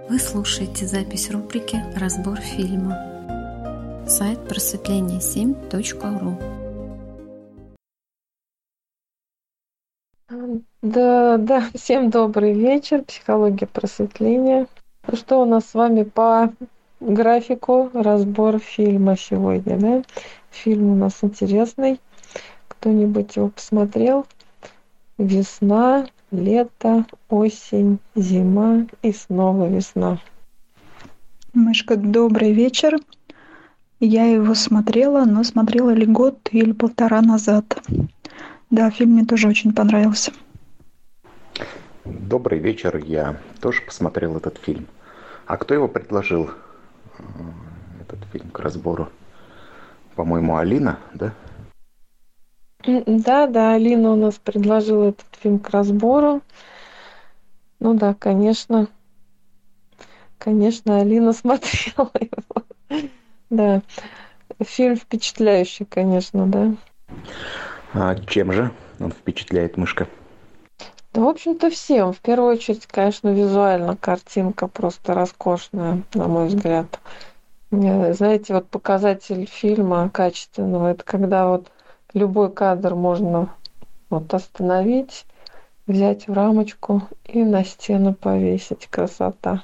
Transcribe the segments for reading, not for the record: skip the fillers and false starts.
Вы слушаете запись рубрики «Разбор фильма». Сайт просветление7.ру. Да, всем добрый вечер. Психология просветления. Ну что у нас с вами по графику разбор фильма сегодня, да? Фильм у нас интересный. Кто-нибудь его посмотрел? Весна, лето, осень, зима и снова весна. Мышка, добрый вечер. Я его смотрела, но смотрела ли год или полтора назад. Да, фильм мне тоже очень понравился. Добрый вечер, я тоже посмотрел этот фильм. А кто его предложил, этот фильм, к разбору? По-моему, Алина, да? Да, Алина у нас предложила этот фильм к разбору. Ну да, конечно, Алина смотрела его. Да, фильм впечатляющий, конечно, да. А чем же он впечатляет, Мышка? Да, в общем-то, всем. В первую очередь, конечно, визуально картинка просто роскошная, на мой взгляд. Знаете, вот показатель фильма качественного, это когда вот любой кадр можно вот остановить, взять в рамочку и на стену повесить. Красота.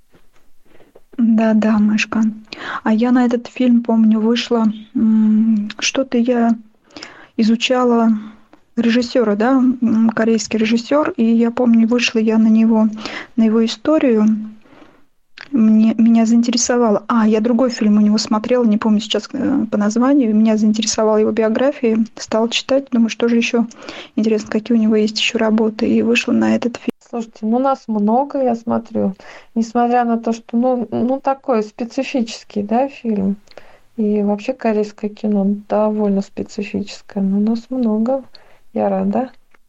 Да, мышка. А я на этот фильм, помню, вышла. Что-то я изучала режиссера, да, корейский режиссер, и я помню, вышла я на него, на его историю. Меня заинтересовало. Я другой фильм у него смотрела, не помню сейчас по названию. Меня заинтересовала его биография. Стала читать, думаю, что же еще интересно, какие у него есть еще работы. И вышла на этот фильм. Слушайте, нас много, я смотрю. Несмотря на то, что, такой специфический, да, фильм. И вообще корейское кино довольно специфическое. Но нас много. Я рада.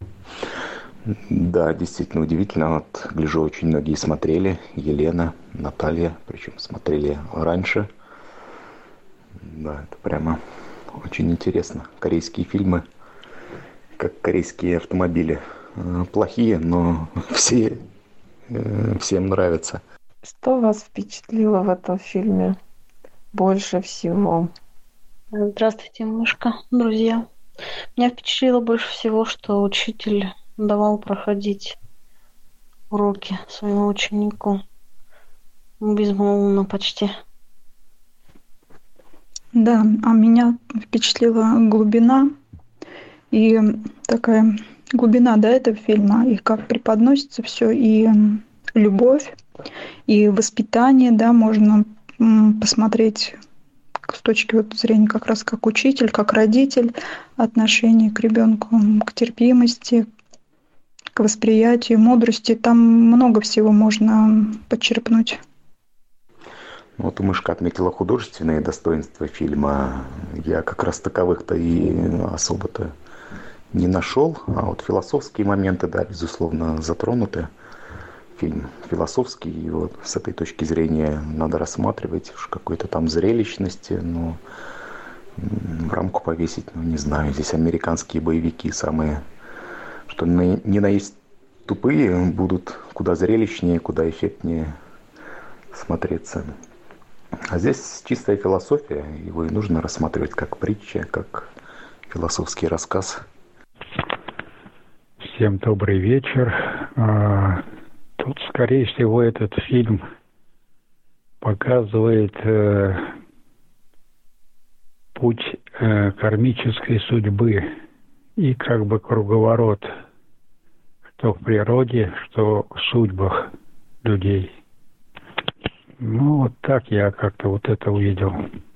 Да, действительно удивительно. Вот, гляжу, очень многие смотрели. Елена, Наталья, причем смотрели раньше. Да, это прямо очень интересно. Корейские фильмы, как корейские автомобили. Плохие, но всем нравятся. Что вас впечатлило в этом фильме больше всего? Здравствуйте, мышка, друзья. Меня впечатлило больше всего, что учитель давал проходить уроки своему ученику безмолвно почти. Да, меня впечатлила глубина и такая глубина, да, этого фильма, и как преподносится все, и любовь, и воспитание, да, можно посмотреть с точки зрения как раз как учитель, как родитель, отношение к ребенку, к терпимости, к восприятию, мудрости. Там много всего можно подчерпнуть. Вот Мышка отметила художественные достоинства фильма. Я как раз таковых-то и особо-то не нашел. А вот философские моменты, да, безусловно, затронуты. Фильм философский, и вот с этой точки зрения надо рассматривать уж какой-то там зрелищности, но в рамку повесить, не знаю. Здесь американские боевики самые, что не на есть тупые, будут куда зрелищнее, куда эффектнее смотреться. А здесь чистая философия, его и нужно рассматривать как притча, как философский рассказ. Всем добрый вечер. Тут, скорее всего, этот фильм показывает путь кармической судьбы и как бы круговорот, что в природе, что в судьбах людей. Вот так я как-то вот это увидел.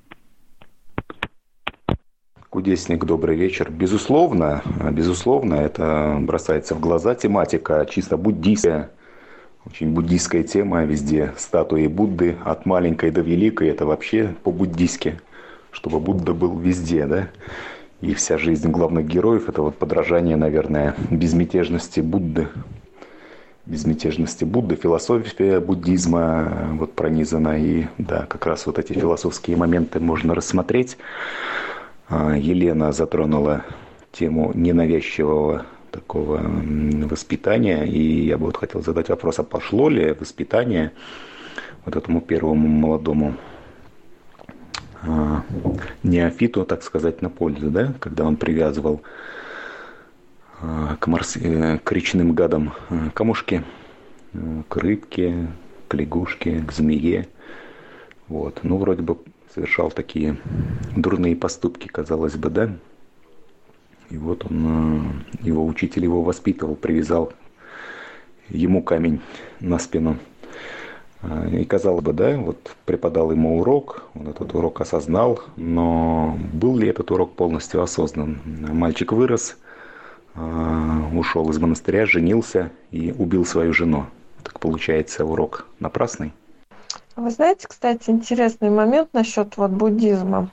Кудесник, добрый вечер. Безусловно, это бросается в глаза тематика чисто буддийская. Очень буддийская тема везде. Статуи Будды от маленькой до великой. Это вообще по-буддийски. Чтобы Будда был везде, да? И вся жизнь главных героев — это вот подражание, наверное, безмятежности Будды. Философия буддизма вот пронизана. И да, как раз вот эти философские моменты можно рассмотреть. Елена затронула тему ненавязчивого такого воспитания. И я бы вот хотел задать вопрос, а пошло ли воспитание вот этому первому молодому неофиту, так сказать, на пользу, да, когда он привязывал к речным гадам камушки, к рыбке, к лягушке, к змее. Вот. Ну, вроде бы совершал такие дурные поступки, казалось бы, да. И вот он, его учитель его воспитывал, привязал ему камень на спину. И казалось бы, да, вот преподал ему урок, он этот урок осознал, но был ли этот урок полностью осознан? Мальчик вырос, ушел из монастыря, женился и убил свою жену. Так получается, урок напрасный. Вы знаете, кстати, интересный момент насчет вот буддизма.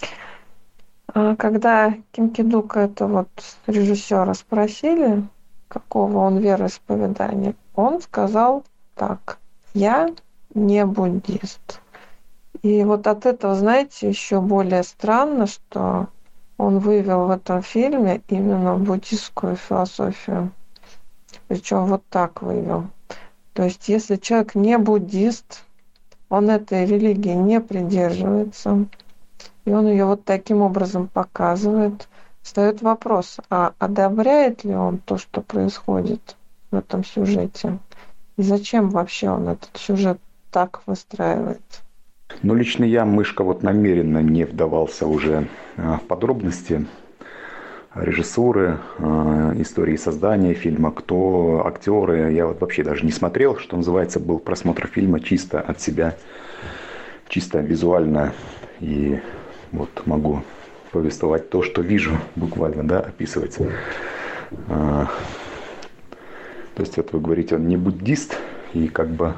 Когда Ким Ки-дука, это вот режиссера, спросили, какого он вероисповедания, он сказал так: я не буддист. И вот от этого, знаете, еще более странно, что он вывел в этом фильме именно буддистскую философию. Причем вот так вывел. То есть, если человек не буддист, он этой религии не придерживается, и он ее вот таким образом показывает, встает вопрос, а одобряет ли он то, что происходит в этом сюжете? И зачем вообще он этот сюжет так выстраивает? Ну, лично я, Мышка, вот намеренно не вдавался уже в подробности режиссуры, истории создания фильма, кто актеры. Я вот вообще даже не смотрел, что называется, был просмотр фильма чисто от себя, чисто визуально. И вот могу повествовать то, что вижу, буквально, да, описывать. То есть, вот вы говорите, он не буддист, и как бы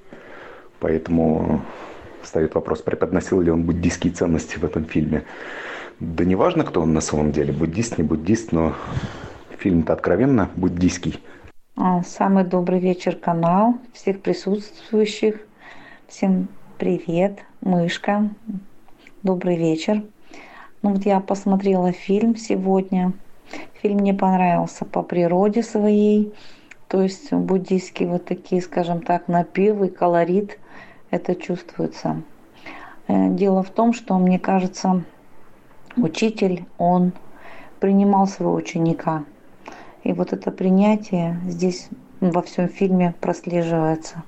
поэтому встает вопрос, преподносил ли он буддийские ценности в этом фильме. Да не важно, кто он на самом деле, буддист, не буддист, но фильм-то откровенно буддийский. Самый добрый вечер, канал, всех присутствующих. Всем привет, Мышка. Добрый вечер. Ну вот я посмотрела фильм сегодня. Фильм мне понравился по природе своей. То есть буддийские вот такие, скажем так, напевы, колорит. Это чувствуется. Дело в том, что, мне кажется, учитель, он принимал своего ученика. И вот это принятие здесь во всем фильме прослеживается.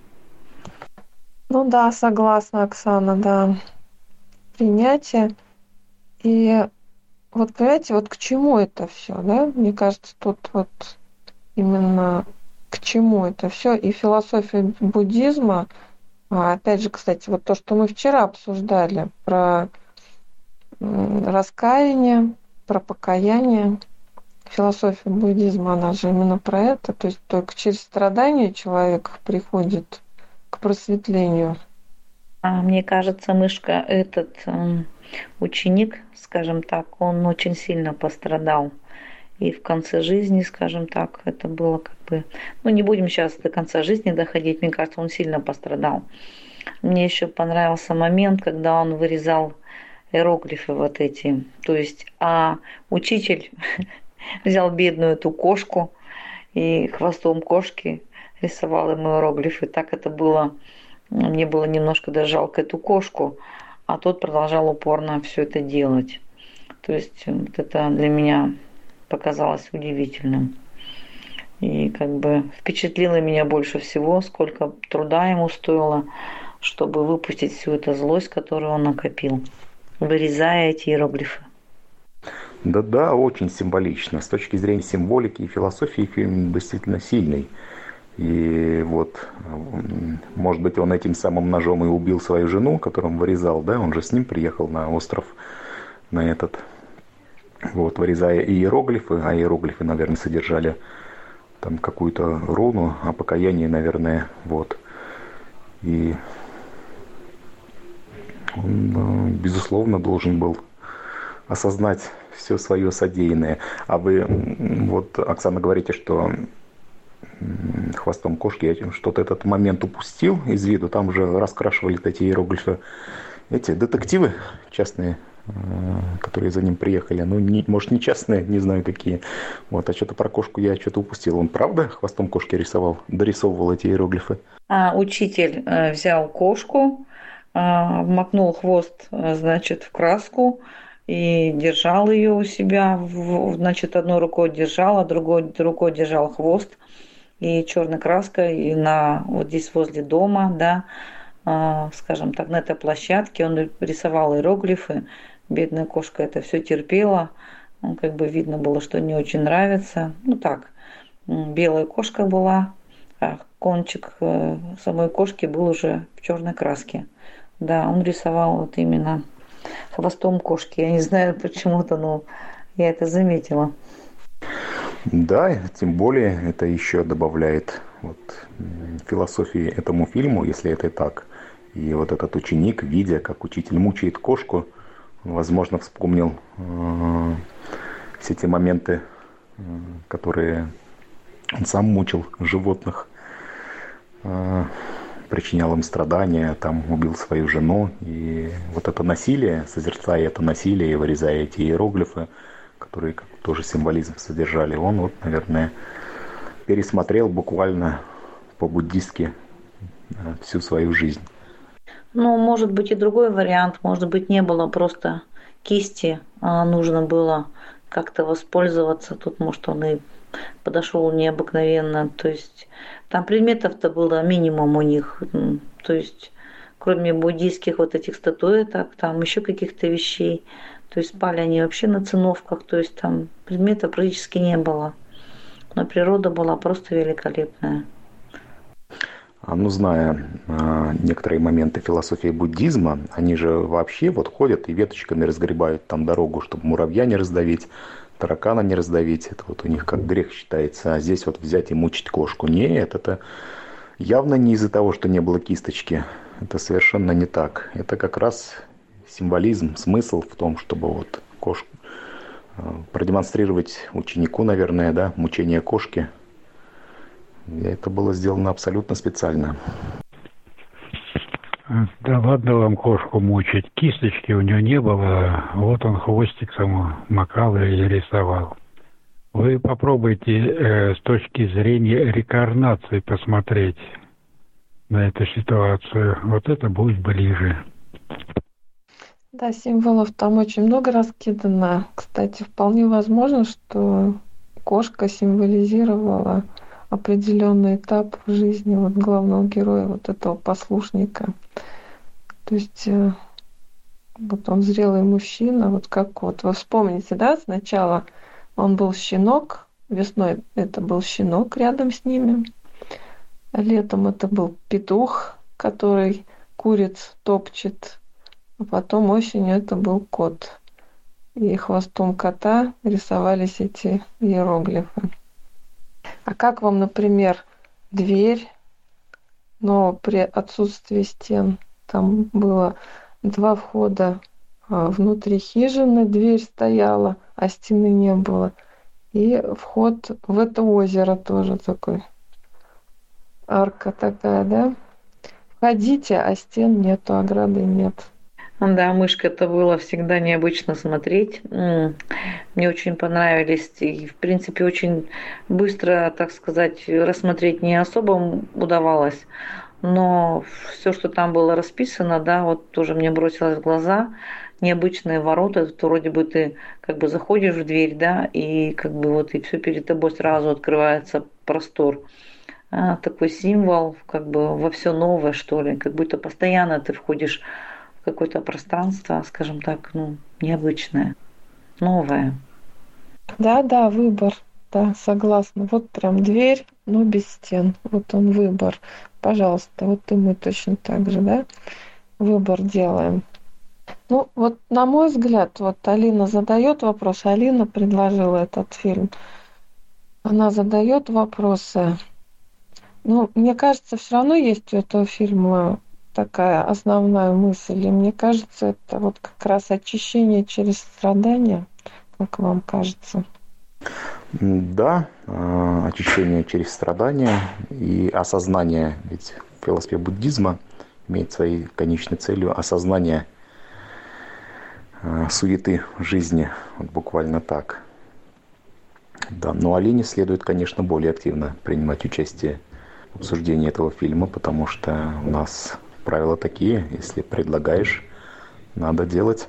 Ну да, согласна, Оксана, да. Принятие. И вот, понимаете, вот к чему это все, да? Мне кажется, тут вот именно к чему это все. И философия буддизма, опять же, кстати, вот то, что мы вчера обсуждали про раскаяние, про покаяние. Философия буддизма, она же именно про это. То есть только через страдания человек приходит к просветлению. Мне кажется, Мышка, этот ученик, скажем так, он очень сильно пострадал. И в конце жизни, скажем так, это было как бы... Ну, не будем сейчас до конца жизни доходить, мне кажется, он сильно пострадал. Мне еще понравился момент, когда он вырезал иероглифы вот эти. То есть, учитель взял бедную эту кошку и хвостом кошки рисовал ему иероглифы. Так это было... Мне было немножко даже жалко эту кошку, а тот продолжал упорно все это делать. То есть, вот это для меня показалось удивительным. И как бы впечатлило меня больше всего, сколько труда ему стоило, чтобы выпустить всю эту злость, которую он накопил, вырезая эти иероглифы. Да-да, очень символично. С точки зрения символики и философии фильм действительно сильный. И вот, может быть, он этим самым ножом и убил свою жену, которую он вырезал, да? Он же с ним приехал на остров, на этот... Вот, вырезая иероглифы, а иероглифы, наверное, содержали там какую-то руну, о покаянии, наверное, вот. И он, безусловно, должен был осознать все свое содеянное. А вы, вот, Оксана, говорите, что хвостом кошки я что-то этот момент упустил из виду. Там уже раскрашивали эти иероглифы. Эти детективы частные которые за ним приехали. Ну, может, не частные, не знаю какие. Вот, а что-то про кошку я что-то упустил. Он правда хвостом кошки дорисовывал эти иероглифы? Учитель взял кошку, вмакнул хвост, значит, в краску и держал ее у себя. Значит, одной рукой держал, а другой рукой держал хвост. И черной краской, и вот здесь возле дома, да, скажем так, на этой площадке он рисовал иероглифы. Бедная кошка это все терпела. Как бы видно было, что не очень нравится. Ну так, белая кошка была, а кончик самой кошки был уже в черной краске. Да, он рисовал вот именно хвостом кошки. Я не знаю почему-то, но я это заметила. Да, тем более это еще добавляет философии этому фильму, если это и так. И вот этот ученик, видя, как учитель мучает кошку, возможно, вспомнил все те моменты, которые он сам мучил животных, причинял им страдания, там убил свою жену. И вот это насилие, созерцая это насилие и вырезая эти иероглифы, которые тоже символизм содержали, он, вот, наверное, пересмотрел буквально по-буддистски всю свою жизнь. Ну, может быть и другой вариант, может быть не было просто кисти, а нужно было как-то воспользоваться. Тут, может, он и подошел необыкновенно, то есть там предметов-то было минимум у них, то есть кроме буддийских вот этих статуэток, там еще каких-то вещей. То есть спали они вообще на циновках, то есть там предметов практически не было. Но природа была просто великолепная. Ну, зная некоторые моменты философии буддизма, они же вообще вот ходят и веточками разгребают там дорогу, чтобы муравья не раздавить, таракана не раздавить. Это вот у них как грех считается. А здесь вот взять и мучить кошку. Нет, это явно не из-за того, что не было кисточки. Это совершенно не так. Это как раз символизм, смысл в том, чтобы вот кошку продемонстрировать ученику, наверное, да, мучение кошки. И это было сделано абсолютно специально. Да ладно вам кошку мучить. Кисточки у нее не было. Вот он хвостик сам макал и рисовал. Вы попробуйте с точки зрения реинкарнации посмотреть на эту ситуацию. Вот это будет ближе. Да, символов там очень много раскидано. Кстати, вполне возможно, что кошка символизировала определенный этап в жизни вот главного героя, вот этого послушника. То есть вот он зрелый мужчина, вот как вот вы вспомните, да, сначала он был щенок, весной это был щенок рядом с ними, летом это был петух, который куриц топчет, а потом осенью это был кот. И хвостом кота рисовались эти иероглифы. А как вам, например, дверь, но при отсутствии стен? Там было 2 входа внутри хижины, дверь стояла, а стены не было. И вход в это озеро тоже такой. Арка такая, да? Входите, а стен нету, ограды нет. Да, мышка, это было всегда необычно смотреть. Мне очень понравились. И, в принципе, очень быстро, так сказать, рассмотреть не особо удавалось. Но все, что там было расписано, да, вот тоже мне бросилось в глаза. Необычные ворота, то вроде бы ты как бы заходишь в дверь, да, и как бы вот и все перед тобой сразу открывается простор. Такой символ, как бы во все новое, что ли, как будто постоянно ты входишь в какое-то пространство, скажем так, ну, необычное, новое. Да, выбор, да, согласна. Вот прям дверь, но без стен. Вот он выбор. Пожалуйста, вот и мы точно так же, да, выбор делаем. Ну, вот на мой взгляд, вот Алина задает вопрос, Алина предложила этот фильм. Она задает вопросы. Ну, мне кажется, все равно есть у этого фильма такая основная мысль. И мне кажется, это вот как раз очищение через страдания, как вам кажется. Да, очищение через страдания и осознание. Ведь философия буддизма имеет своей конечной целью осознание суеты жизни. Вот буквально так. Да, но Алине следует, конечно, более активно принимать участие в обсуждении этого фильма, потому что у нас правила такие: если предлагаешь, надо делать.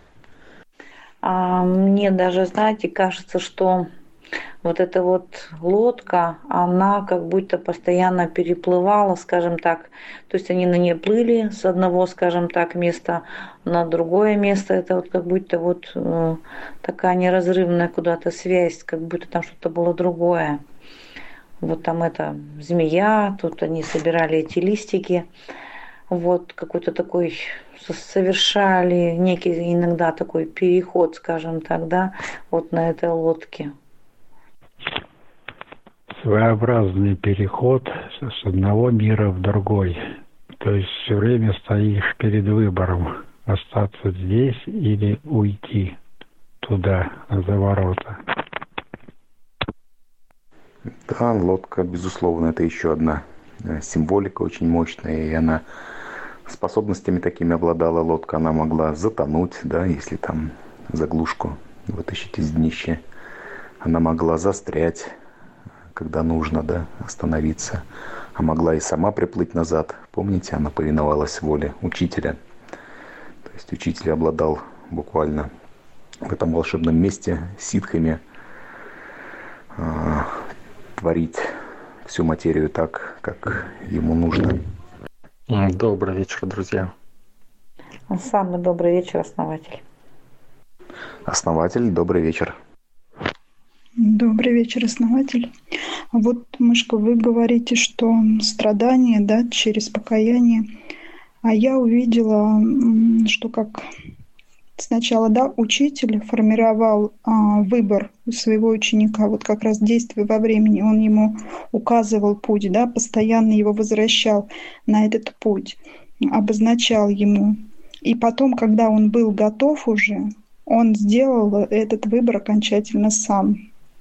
Мне даже, знаете, кажется, что вот эта вот лодка, она как будто постоянно переплывала, скажем так. То есть они на ней плыли с одного, скажем так, места на другое место. Это вот как будто вот такая неразрывная куда-то связь, как будто там что-то было другое. Вот там эта змея, тут они собирали эти листики. Вот какой-то такой совершали некий иногда такой переход, скажем так, да, вот на этой лодке. Своеобразный переход с одного мира в другой. То есть все время стоишь перед выбором: остаться здесь или уйти туда, за ворота. Да, лодка, безусловно, это еще одна символика очень мощная, и она способностями такими обладала лодка. Она могла затонуть, да, если там заглушку вытащить из днища. Она могла застрять, когда нужно, да, остановиться. А могла и сама приплыть назад. Помните, она повиновалась воле учителя. То есть учитель обладал буквально в этом волшебном месте ситхами творить всю материю так, как ему нужно. Добрый вечер, друзья. Самый добрый вечер, основатель. Основатель, добрый вечер. Добрый вечер, основатель. Вот, Мышка, вы говорите, что страдание, да, через покаяние. А я увидела, что как сначала, да, учитель формировал выбор своего ученика, вот как раз действие во времени. Он ему указывал путь, да, постоянно его возвращал на этот путь, обозначал ему. И потом, когда он был готов уже, он сделал этот выбор окончательно сам.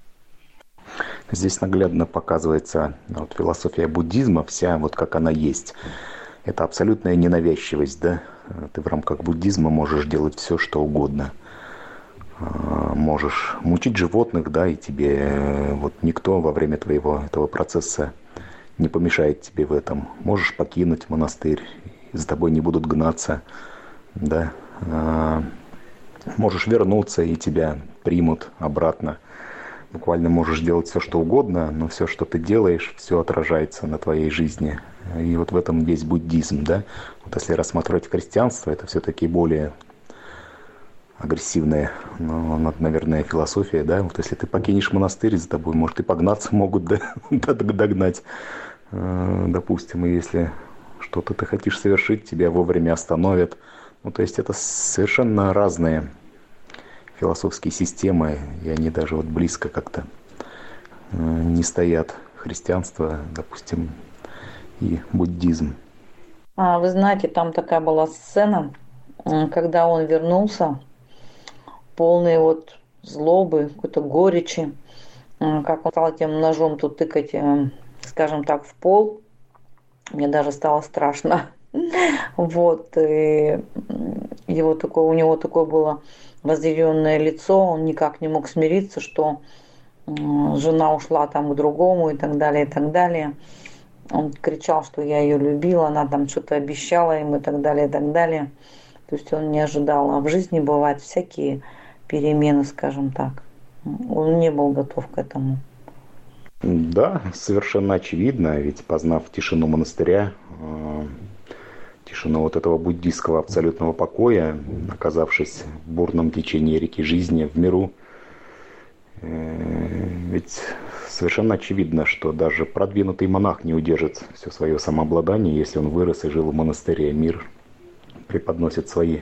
Здесь наглядно показывается вот философия буддизма, вся вот как она есть. Это абсолютная ненавязчивость, да? Ты в рамках буддизма можешь делать все, что угодно. Можешь мучить животных, да, и тебе вот никто во время твоего этого процесса не помешает тебе в этом. Можешь покинуть монастырь, за тобой не будут гнаться, да. Можешь вернуться, и тебя примут обратно. Буквально можешь делать все, что угодно, но все, что ты делаешь, все отражается на твоей жизни. И вот в этом весь буддизм, да. Вот если рассматривать христианство, это все-таки более агрессивная, ну, наверное, философия, да. Вот если ты покинешь монастырь, за тобой, может, и погнаться могут, да, догнать, допустим. И если что-то ты хочешь совершить, тебя вовремя остановят. Ну, то есть это совершенно разные философские системы, и они даже вот близко как-то не стоят. Христианство, допустим, и буддизм. Вы знаете, там такая была сцена, когда он вернулся, полный вот злобы, какой-то горечи, как он стал этим ножом тут тыкать, скажем так, в пол. Мне даже стало страшно. Вот, и его такое, у него такое было возъяренное лицо, он никак не мог смириться, что жена ушла там к другому и так далее, и так далее. Он кричал, что я ее любила, она там что-то обещала ему и так далее, и так далее. То есть он не ожидал. А в жизни бывают всякие перемены, скажем так. Он не был готов к этому. Да, совершенно очевидно, ведь познав тишину монастыря, тишину вот этого буддийского абсолютного покоя, оказавшись в бурном течении реки жизни в миру, ведь совершенно очевидно, что даже продвинутый монах не удержит все свое самообладание, если он вырос и жил в монастыре. Мир преподносит свои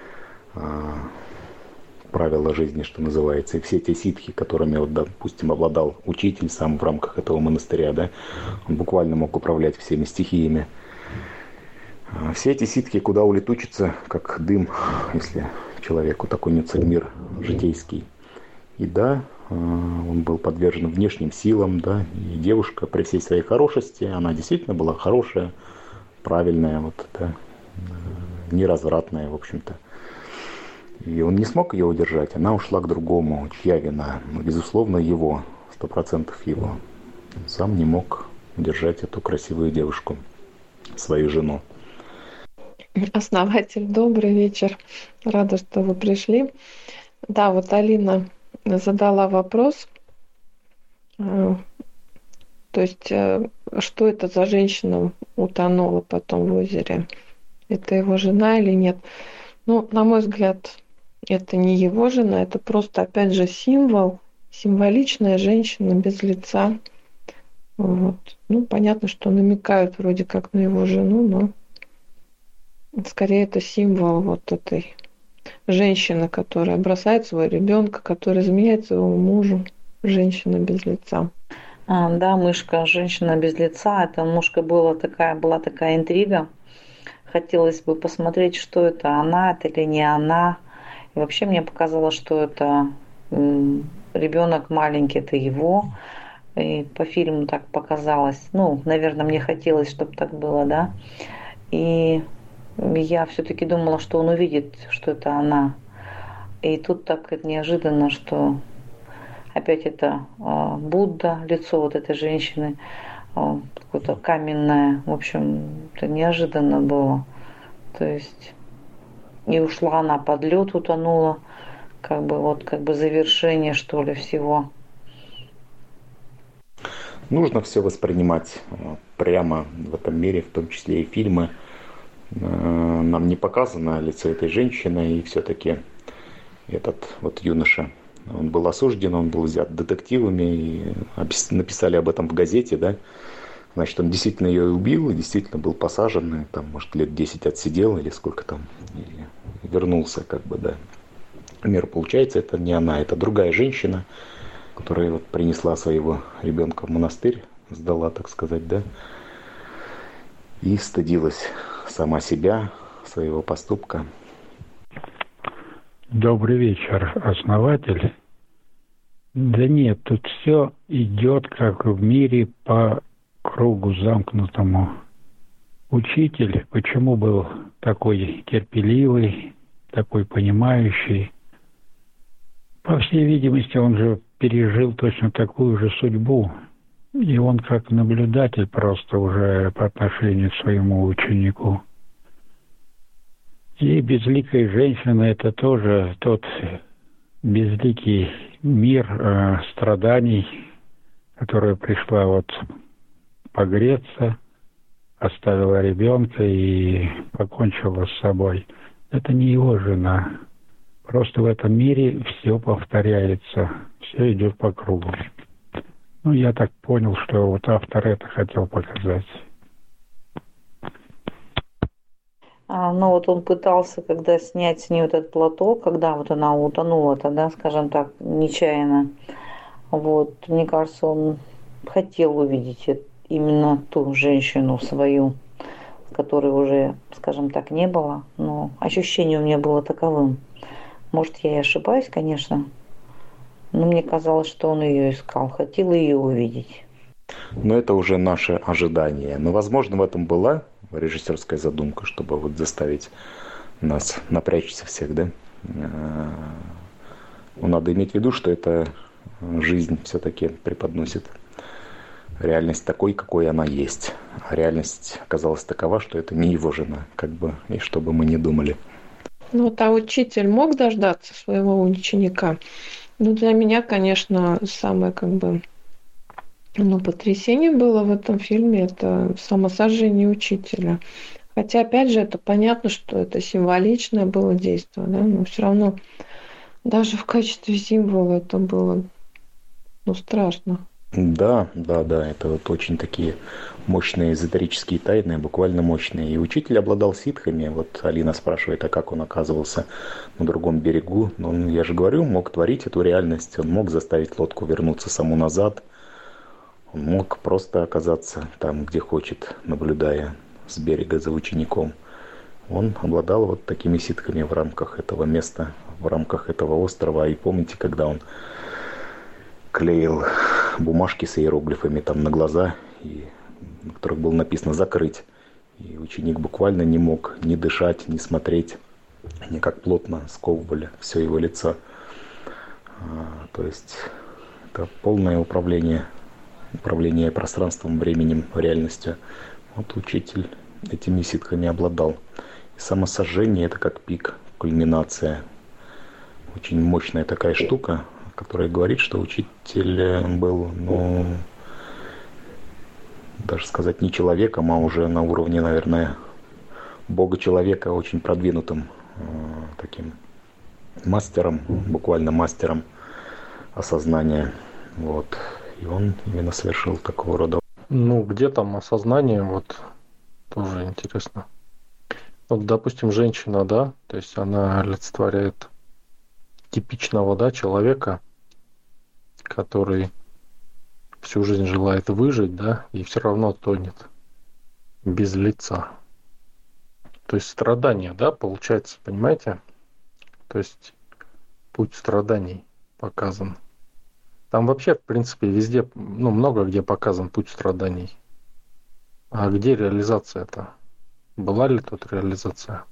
правила жизни, что называется. И все те ситхи, которыми, вот, допустим, обладал учитель сам в рамках этого монастыря, да, он буквально мог управлять всеми стихиями. Все эти ситхи куда улетучатся, как дым, если человек утоконется в мир житейский. И да, он был подвержен внешним силам, да, и девушка при всей своей хорошести, она действительно была хорошая, правильная, вот, да, неразвратная, в общем-то. И он не смог ее удержать, она ушла к другому. Чья вина? Ну, безусловно, его, 100% его. Он сам не мог удержать эту красивую девушку, свою жену. Основатель, добрый вечер. Рада, что вы пришли. Да, вот Алина задала вопрос. То есть, что это за женщина утонула потом в озере? Это его жена или нет? Ну, на мой взгляд, это не его жена, это просто, опять же, символ, символичная женщина без лица. Вот. Ну, понятно, что намекают вроде как на его жену, но скорее это символ вот этой женщины, которая бросает своего ребенка, которая изменяет своему мужу. Женщина без лица. Да, мышка, женщина без лица. Это немножко была такая интрига. Хотелось бы посмотреть, что это она, это или не она. И вообще мне показалось, что это ребенок маленький, это его. И по фильму так показалось. Ну, наверное, мне хотелось, чтобы так было, да. И я все-таки думала, что он увидит, что это она. И тут так неожиданно, что опять это Будда, лицо вот этой женщины, какое-то каменное. В общем, это неожиданно было. То есть и ушла она под лед, утонула. Как бы завершение, что ли, всего. Нужно все воспринимать прямо в этом мире, в том числе и фильмы. Нам не показано лицо этой женщины, и все-таки этот вот юноша, он был осужден, он был взят детективами, и написали об этом в газете, да. Значит, он действительно ее убил, и действительно был посажен, и, там, может, лет 10 отсидел, или сколько там, и вернулся, как бы, да. Мир, получается, это не она, это другая женщина, которая вот принесла своего ребенка в монастырь, сдала, так сказать, да, и стыдилась сама себя, своего поступка. Добрый вечер, основатель. Да нет, тут все идет как в мире по кругу замкнутому. Учитель почему был такой терпеливый, такой понимающий? По всей видимости, он же пережил точно такую же судьбу. И он как наблюдатель просто уже по отношению к своему ученику. И безликая женщина — это тоже тот безликий мир страданий, которая пришла вот погреться, оставила ребенка и покончила с собой. Это не его жена. Просто в этом мире все повторяется, все идет по кругу. Ну, я так понял, что вот автор это хотел показать. Ну, вот он пытался, когда снять с нее этот платок, когда вот она утонула тогда, скажем так, нечаянно. Вот, мне кажется, он хотел увидеть именно ту женщину свою, которой уже, скажем так, не было. Но ощущение у меня было таковым. Может, я и ошибаюсь, конечно. Но мне казалось, что он ее искал, хотел ее увидеть. Но это уже наше ожидание. Но, возможно, в этом была режиссерская задумка, чтобы вот заставить нас напрячься всех, да? Но надо иметь в виду, что эта жизнь все-таки преподносит реальность такой, какой она есть. А реальность оказалась такова, что это не его жена, как бы, и что бы мы ни думали. Ну, вот, а учитель мог дождаться своего ученика? Ну, для меня, конечно, самое потрясение было в этом фильме — это самосожжение учителя. Хотя, опять же, это понятно, что это символичное было действие, да? Но все равно даже в качестве символа это было, страшно. Да, это вот очень такие мощные эзотерические тайны, буквально мощные. И учитель обладал ситхами. Вот Алина спрашивает, а как он оказывался на другом берегу? Но он, я же говорю, мог творить эту реальность, он мог заставить лодку вернуться саму назад, он мог просто оказаться там, где хочет, наблюдая с берега за учеником. Он обладал вот такими ситхами в рамках этого места, в рамках этого острова. И помните, когда он клеил бумажки с иероглифами там на глаза, и на которых было написано «закрыть». И ученик буквально не мог ни дышать, ни смотреть. Они как плотно сковывали все его лицо. То есть это полное управление пространством, временем, реальностью. Вот учитель этими ситхами обладал. И самосожжение — это как пик, кульминация. Очень мощная такая штука, которая говорит, что учитель был, даже сказать не человеком, а уже на уровне, наверное, бога-человека, очень продвинутым таким мастером, буквально мастером осознания. Вот. И он именно совершил такого рода. Где там осознание, вот тоже интересно. Вот, допустим, женщина, да, то есть она олицетворяет типичного, да, человека, который всю жизнь желает выжить, да, и все равно тонет без лица. То есть страдания, да, получается, понимаете? То есть путь страданий показан. Там вообще, в принципе, везде, много где показан путь страданий. А где реализация-то? Была ли тут реализация?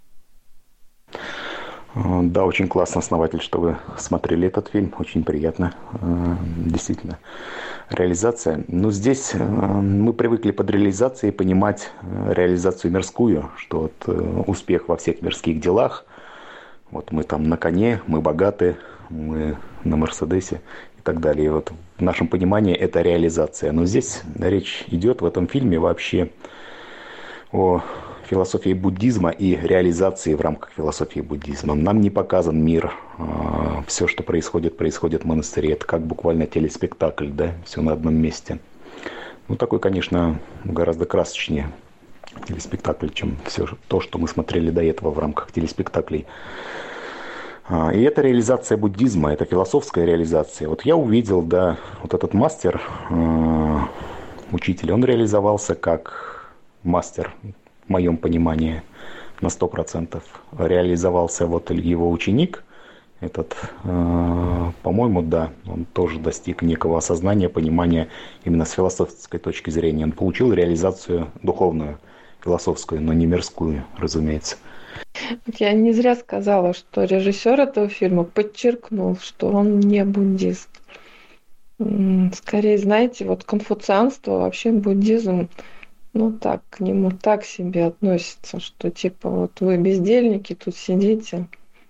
Да, очень классно, основатель, что вы смотрели этот фильм. Очень приятно. Действительно. Реализация. Но здесь мы привыкли под реализацией понимать реализацию мирскую, что вот успех во всех мирских делах. Вот мы там на коне, мы богаты, мы на Мерседесе и так далее. И вот в нашем понимании это реализация. Но здесь речь идет в этом фильме вообще о философии буддизма и реализации в рамках философии буддизма. Нам не показан мир. Все, что происходит в монастыре. Это как буквально телеспектакль, да, все на одном месте. Такой, конечно, гораздо красочнее телеспектакль, чем все то, что мы смотрели до этого в рамках телеспектаклей. И это реализация буддизма, это философская реализация. Вот я увидел, да, вот этот мастер, учитель, он реализовался как мастер, в моем понимании, на 100%. Реализовался вот его ученик, этот, по-моему, да, он тоже достиг некого осознания, понимания именно с философской точки зрения. Он получил реализацию духовную, философскую, но не мирскую, разумеется. Я не зря сказала, что режиссер этого фильма подчеркнул, что он не буддист. Скорее, знаете, вот конфуцианство, вообще буддизм, так к нему так себе относится, что типа вот вы бездельники тут сидите,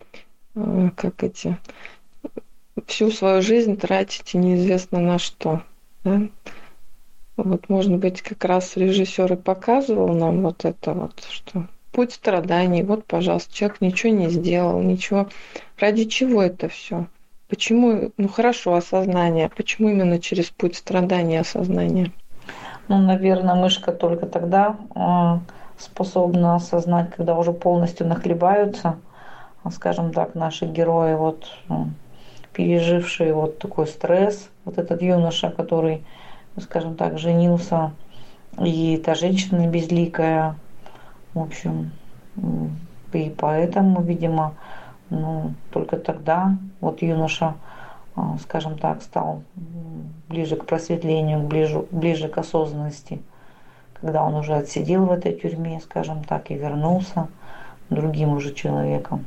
всю свою жизнь тратите неизвестно на что. Да? Вот, может быть, как раз режиссер и показывал нам вот это вот, что путь страданий, вот, пожалуйста, человек ничего не сделал, ничего. Ради чего это все? Почему, хорошо, осознание, почему именно через путь страданий осознание? Наверное, мышка только тогда способна осознать, когда уже полностью нахлебаются, скажем так, наши герои, вот пережившие вот такой стресс, вот этот юноша, который, скажем так, женился, и та женщина безликая, в общем, и поэтому, видимо, только тогда вот юноша, скажем так, стал ближе к просветлению, ближе к осознанности, когда он уже отсидел в этой тюрьме, скажем так, и вернулся другим уже человеком.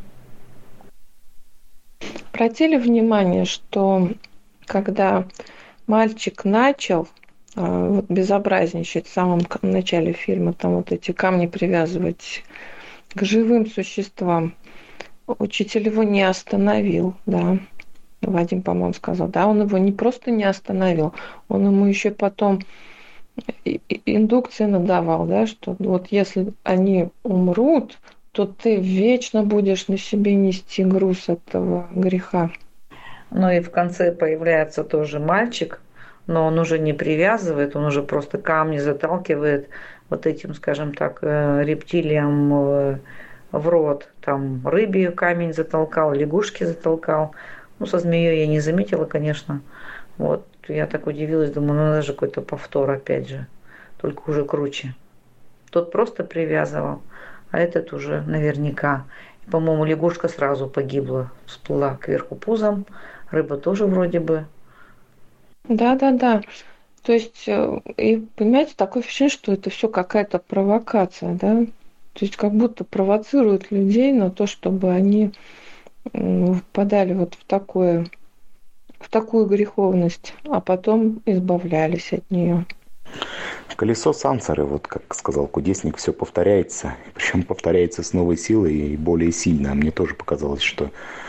Обратили внимание, что когда мальчик начал безобразничать в самом начале фильма, там вот эти камни привязывать к живым существам, учитель его не остановил, да. Вадим, по-моему, сказал, да, он его не просто не остановил, он ему еще потом индукции надавал, да, что вот если они умрут, то ты вечно будешь на себе нести груз этого греха. И в конце появляется тоже мальчик, но он уже не привязывает, он уже просто камни заталкивает вот этим, скажем так, рептилиям в рот. Там рыбе камень затолкал, лягушки затолкал. Со змеей я не заметила, конечно. Вот, я так удивилась, думаю, даже какой-то повтор опять же, только уже круче. Тот просто привязывал, а этот уже наверняка. И, по-моему, лягушка сразу погибла, всплыла кверху пузом, рыба тоже вроде бы. Да. То есть, и понимаете, такое ощущение, что это все какая-то провокация, да? То есть как будто провоцируют людей на то, чтобы они впадали вот в такую греховность, а потом избавлялись от нее. Колесо сансары, вот как сказал кудесник, все повторяется. Причем повторяется с новой силой и более сильно. А мне тоже показалось, что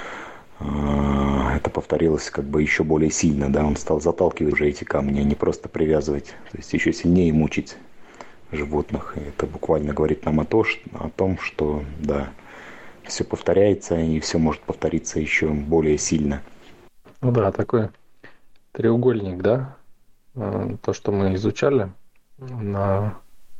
это повторилось как бы еще более сильно. Да? Он стал заталкивать уже эти камни, а не просто привязывать. То есть еще сильнее мучить животных. И это буквально говорит нам о том, что да, все повторяется и все может повториться еще более сильно. Ну да, такой треугольник, да? То, что мы изучали на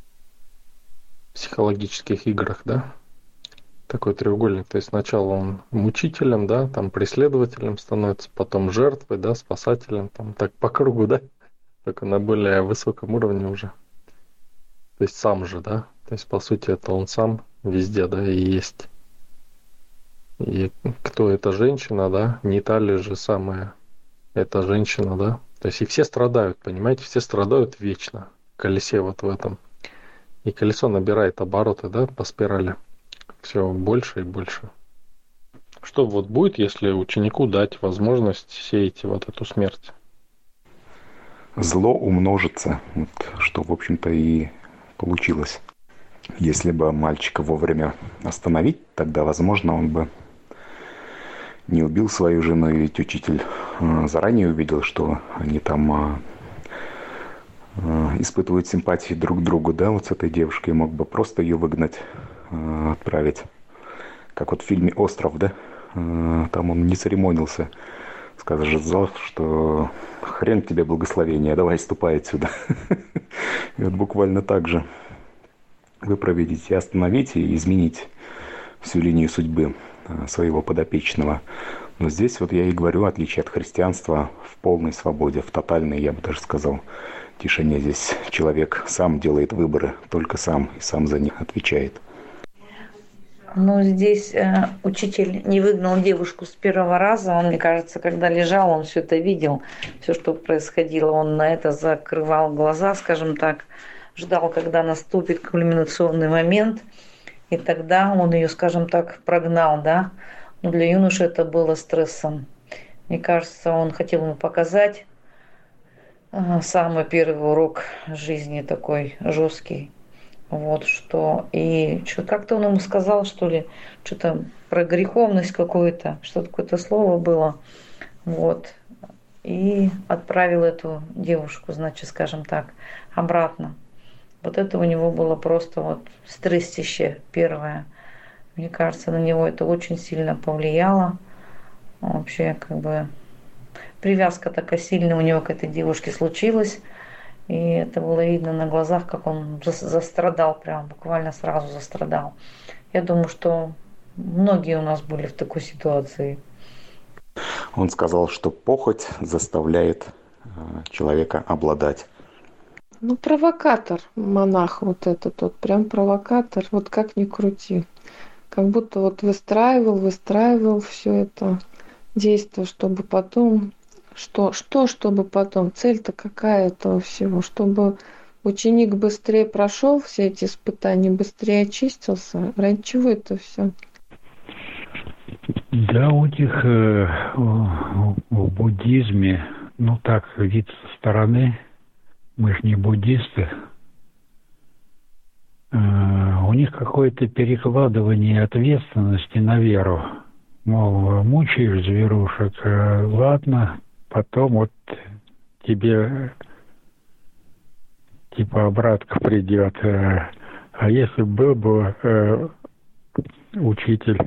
психологических играх, да? Такой треугольник. То есть сначала он мучителем, да, там преследователем становится, потом жертвой, да, спасателем, там так по кругу, да? Только на более высоком уровне уже. То есть сам же, да? То есть, по сути, это он сам везде, да, и есть. И кто эта женщина, да? Не та ли же самая эта женщина, да? То есть и все страдают, понимаете? Все страдают вечно в колесе вот в этом. И колесо набирает обороты, да, по спирали. Все больше и больше. Что вот будет, если ученику дать возможность сеять вот эту смерть? Зло умножится, вот, что, в общем-то, и получилось. Если бы мальчика вовремя остановить, тогда, возможно, он бы не убил свою жену, ведь учитель заранее увидел, что они там испытывают симпатии друг к другу, да, вот с этой девушкой, мог бы просто ее выгнать, отправить. Как вот в фильме «Остров», да, там он не церемонился, сказал, что хрен тебе благословения, давай ступай отсюда. И вот буквально так же вы проведете, остановите и изменить всю линию судьбы своего подопечного. Но здесь вот я и говорю, отличие от христианства, в полной свободе, в тотальной, я бы даже сказал, тишине. Здесь человек сам делает выборы, только сам, и сам за них отвечает. Ну, здесь учитель не выгнал девушку с первого раза. Он, мне кажется, когда лежал, он все это видел, все, что происходило. Он на это закрывал глаза, скажем так, ждал, когда наступит кульминационный момент. И тогда он ее, скажем так, прогнал, да. Но для юноши это было стрессом. Мне кажется, он хотел ему показать самый первый урок жизни такой жесткий. Вот что. И что как-то он ему сказал, что ли, что-то про греховность какую-то, что-то какое-то слово было. Вот. И отправил эту девушку, значит, скажем так, обратно. Вот это у него было просто вот стрессище первое. Мне кажется, на него это очень сильно повлияло. Вообще, как бы, привязка такая сильная у него к этой девушке случилась. И это было видно на глазах, как он застрадал, прям буквально сразу застрадал. Я думаю, что многие у нас были в такой ситуации. Он сказал, что похоть заставляет человека обладать. Ну, провокатор, монах вот этот вот, прям провокатор, вот как ни крути. Как будто вот выстраивал все это действие, чтобы потом... Чтобы потом? Цель-то какая этого всего? Чтобы ученик быстрее прошел все эти испытания, быстрее очистился? Ради чего это все? Да, у них в буддизме, ну так, вид со стороны, мы же не буддисты, у них какое-то перекладывание ответственности на веру. Мол, мучаешь зверушек, ладно, потом вот тебе типа обратка придет. А если был бы учитель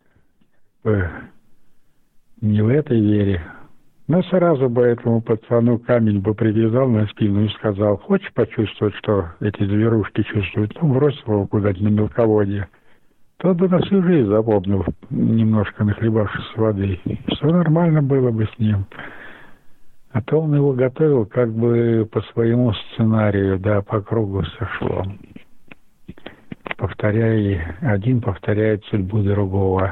не в этой вере, но сразу бы этому пацану камень бы привязал на спину и сказал: хочешь почувствовать, что эти зверушки чувствуют? Ну, брось его куда-нибудь на мелководье. Тот бы на всю жизнь запомнил, немножко нахлебавшись воды. Все нормально было бы с ним. А то он его готовил как бы по своему сценарию, да, по кругу сошло. Один повторяет судьбу другого.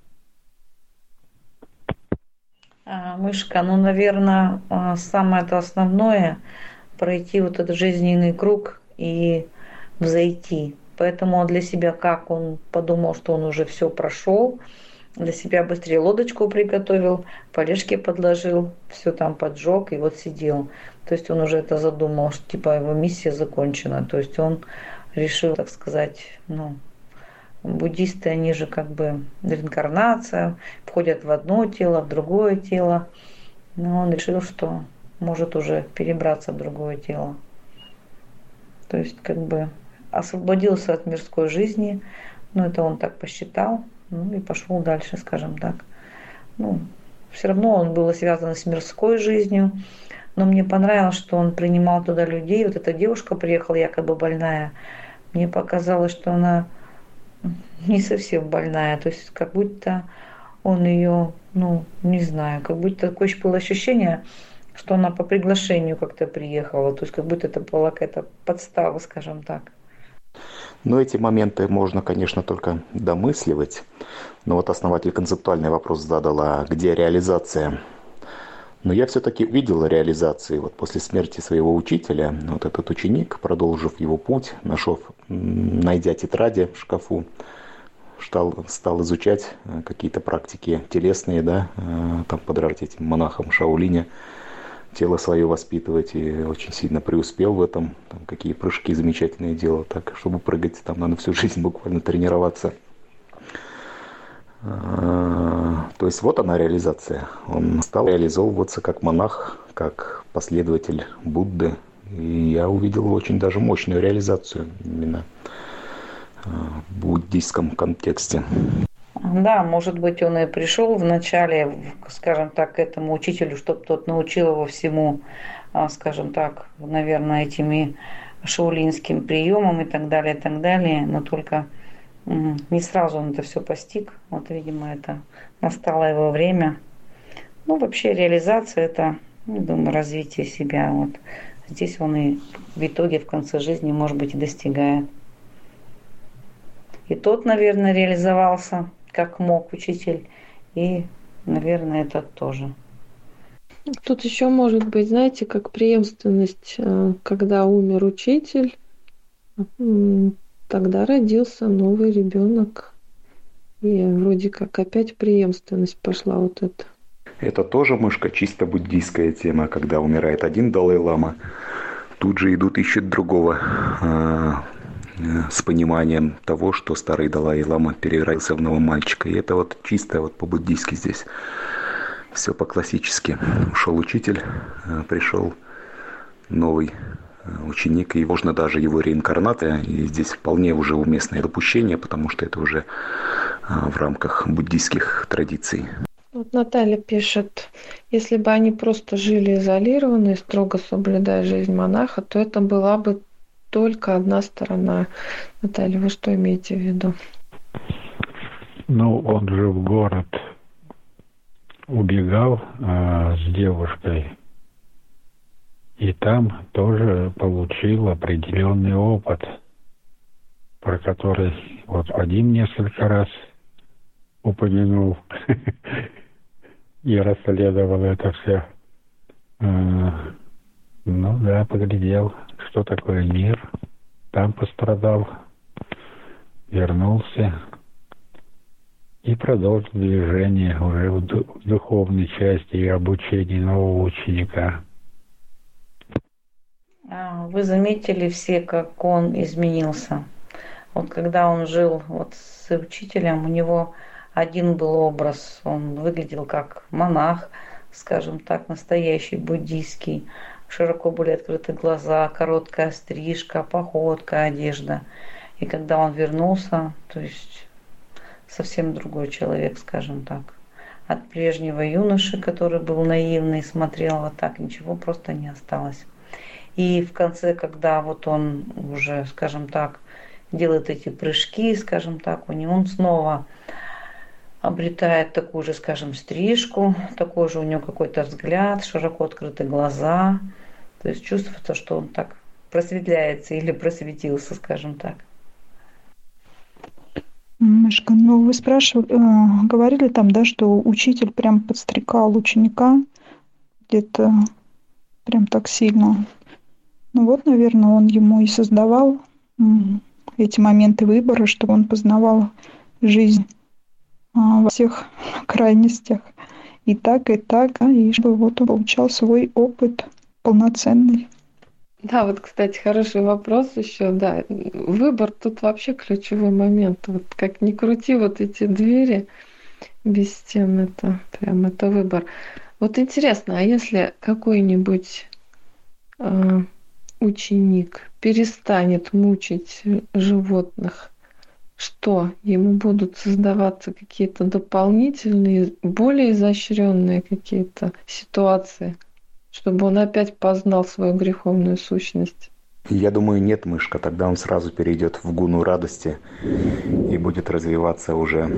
Мышка, ну, наверное, самое-то основное — пройти вот этот жизненный круг и взойти. Поэтому он для себя, как он подумал, что он уже все прошел, для себя быстрее лодочку приготовил, полежки подложил, все там поджег и вот сидел. То есть он уже это задумал, что типа его миссия закончена. То есть он решил, так сказать, буддисты, они же как бы реинкарнация, входят в одно тело, в другое тело. Но он решил, что может уже перебраться в другое тело. То есть как бы освободился от мирской жизни, это он так посчитал, и пошел дальше, скажем так. Все равно он был связан с мирской жизнью, но мне понравилось, что он принимал туда людей. Вот эта девушка приехала, якобы больная. Мне показалось, что она не совсем больная, то есть как будто он ее, не знаю, как будто такое было ощущение, что она по приглашению как-то приехала, то есть как будто это была какая-то подстава, скажем так. Эти моменты можно, конечно, только домысливать. Но вот основатель концептуальный вопрос задал, а где реализация? Но я все-таки видел реализации. Вот после смерти своего учителя, вот этот ученик, продолжив его путь, найдя тетради в шкафу, стал изучать какие-то практики телесные, там подражать этим монахам Шаолиня, тело свое воспитывать, и очень сильно преуспел в этом. Там какие прыжки замечательные делал, так, чтобы прыгать, там надо всю жизнь буквально тренироваться. То есть вот она реализация. Он стал реализовываться как монах, как последователь Будды. И я увидел очень даже мощную реализацию именно в буддийском контексте. Да, может быть, он и пришел вначале, скажем так, к этому учителю, чтобы тот научил его всему, скажем так, наверное, этими шаолиньским приемам и так далее, но только не сразу он это все постиг. Вот, видимо, это настало его время. Вообще реализация – это, думаю, развитие себя. Вот здесь он и в итоге, в конце жизни, может быть, и достигает. И тот, наверное, реализовался как мог учитель, и, наверное, этот тоже. Тут еще может быть, знаете, как преемственность, когда умер учитель, тогда родился новый ребенок. И вроде как опять преемственность пошла вот эта. Это тоже, мышка, чисто буддийская тема, когда умирает один Далай-лама, тут же ищут другого, с пониманием того, что старый Далай-лама переродился в нового мальчика. И это вот чисто вот по-буддийски здесь. Все по-классически. Ушел учитель, пришел новый ученик, и можно даже его реинкарнация. И здесь вполне уже уместное допущение, потому что это уже в рамках буддийских традиций. Вот Наталья пишет, если бы они просто жили изолированно и строго соблюдая жизнь монаха, то это была бы только одна сторона. Наталья, вы что имеете в виду? Он же в город убегал с девушкой. И там тоже получил определенный опыт, про который вот Вадим несколько раз упомянул и расследовал это все. Поглядел, что такое мир. Там пострадал, вернулся и продолжил движение уже в духовной части и обучении нового ученика. Вы заметили все, как он изменился? Вот когда он жил с учителем, у него один был образ. Он выглядел как монах, скажем так, настоящий буддийский. Широко были открыты глаза, короткая стрижка, походка, одежда. И когда он вернулся, то есть совсем другой человек, скажем так. От прежнего юноши, который был наивный, смотрел вот так, ничего просто не осталось. И в конце, когда он уже, скажем так, делает эти прыжки, скажем так, он снова обретает такую же, скажем, стрижку, такой же у него какой-то взгляд, широко открыты глаза. То есть чувствуется, что он так просветляется или просветился, скажем так. Мышка, вы говорили там, что учитель прям подстрекал ученика где-то прям так сильно. Наверное, он ему и создавал эти моменты выбора, чтобы он познавал жизнь во всех крайностях. И так, да, и чтобы вот он получал свой опыт полноценный. Да, вот, кстати, хороший вопрос еще, да. Выбор тут вообще ключевой момент. Вот как ни крути вот эти двери без стен, это прям это выбор. Вот интересно, а если какой-нибудь ученик перестанет мучить животных, что ему будут создаваться какие-то дополнительные, более изощренные какие-то ситуации, чтобы он опять познал свою греховную сущность? Я думаю, нет, мышка. Тогда он сразу перейдет в гуну радости и будет развиваться уже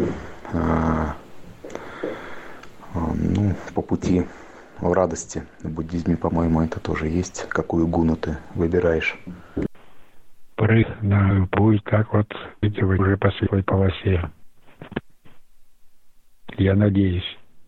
по пути радости. В буддизме, по-моему, это тоже есть. Какую гуну ты выбираешь? Прыг на путь, как вот идти уже по светлой полосе. Я надеюсь.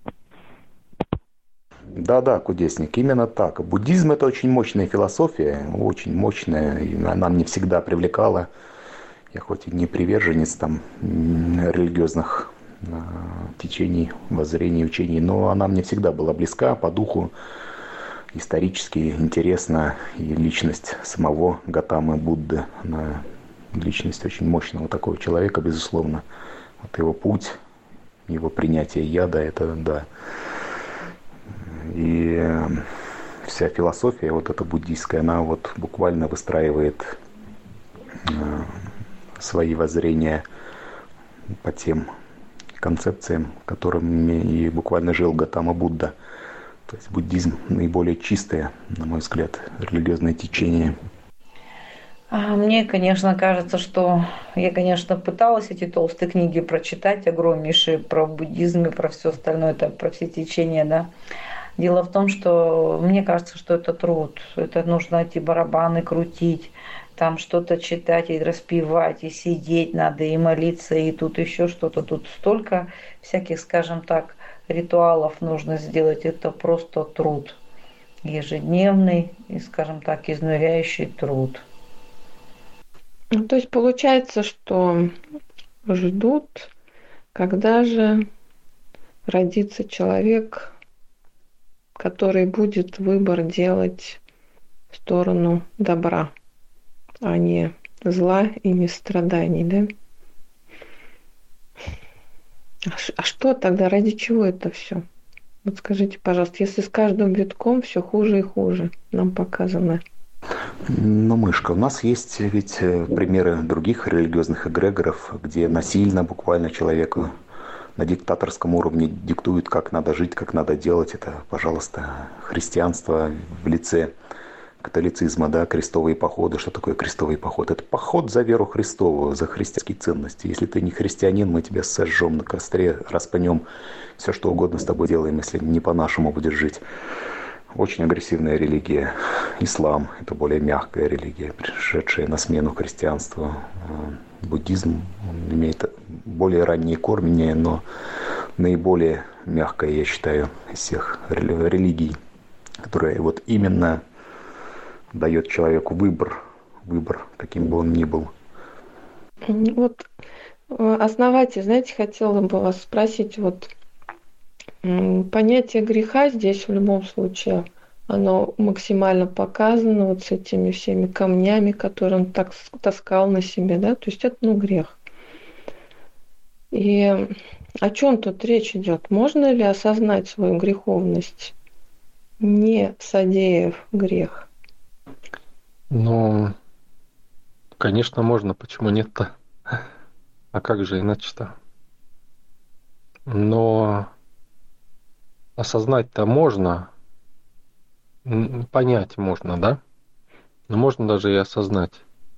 Да, кудесник, именно так. Буддизм — это очень мощная философия, очень мощная, и она мне всегда привлекала. Я хоть и не приверженец там религиозных течений, воззрений, учений, но она мне всегда была близка по духу, исторически интересна, и личность самого Гатамы Будды, она личность очень мощного такого человека, безусловно. Вот его путь, его принятие яда, это да. И вся философия вот эта буддийская, она вот буквально выстраивает свои воззрения по тем концепциям, которыми и буквально жил Гатама Будда. То есть буддизм наиболее чистое, на мой взгляд, религиозное течение. Мне, конечно, кажется, что я, конечно, пыталась эти толстые книги прочитать, огромнейшие, про буддизм и про все остальное, это про все течения, да. Дело в том, что мне кажется, что это труд. Это нужно эти барабаны крутить, там что-то читать и распевать, и сидеть надо, и молиться, и тут еще что-то. Тут столько всяких, скажем так, ритуалов нужно сделать. Это просто труд. Ежедневный и, скажем так, изнуряющий труд. То есть получается, что ждут, когда же родится человек, который будет выбор делать в сторону добра, а не зла и не страданий, да? А что тогда, ради чего это все? Вот скажите, пожалуйста, если с каждым витком все хуже и хуже нам показано. Ну, мышка, у нас есть ведь примеры других религиозных эгрегоров, где насильно буквально человеку на диктаторском уровне диктуют, как надо жить, как надо делать. Это, пожалуйста, христианство в лице католицизма, да, крестовые походы. Что такое крестовый поход? Это поход за веру Христову, за христианские ценности. Если ты не христианин, мы тебя сожжем на костре, распнем, все что угодно с тобой делаем, если не по-нашему будешь жить. Очень агрессивная религия. Ислам – это более мягкая религия, пришедшая на смену христианству. Буддизм имеет более ранние корни, но наиболее мягкое, я считаю, из всех религий, которая вот именно дает человеку выбор, каким бы он ни был. Вот основатель, знаете, хотела бы вас спросить, вот понятие греха здесь в любом случае, оно максимально показано вот с этими всеми камнями, которые он так таскал на себе, да, то есть это, грех. И о чем тут речь идет? Можно ли осознать свою греховность, не содеяв грех? Ну, конечно, можно. Почему нет-то? А как же иначе-то? Но осознать-то можно, понять можно, да? Но можно даже и осознать.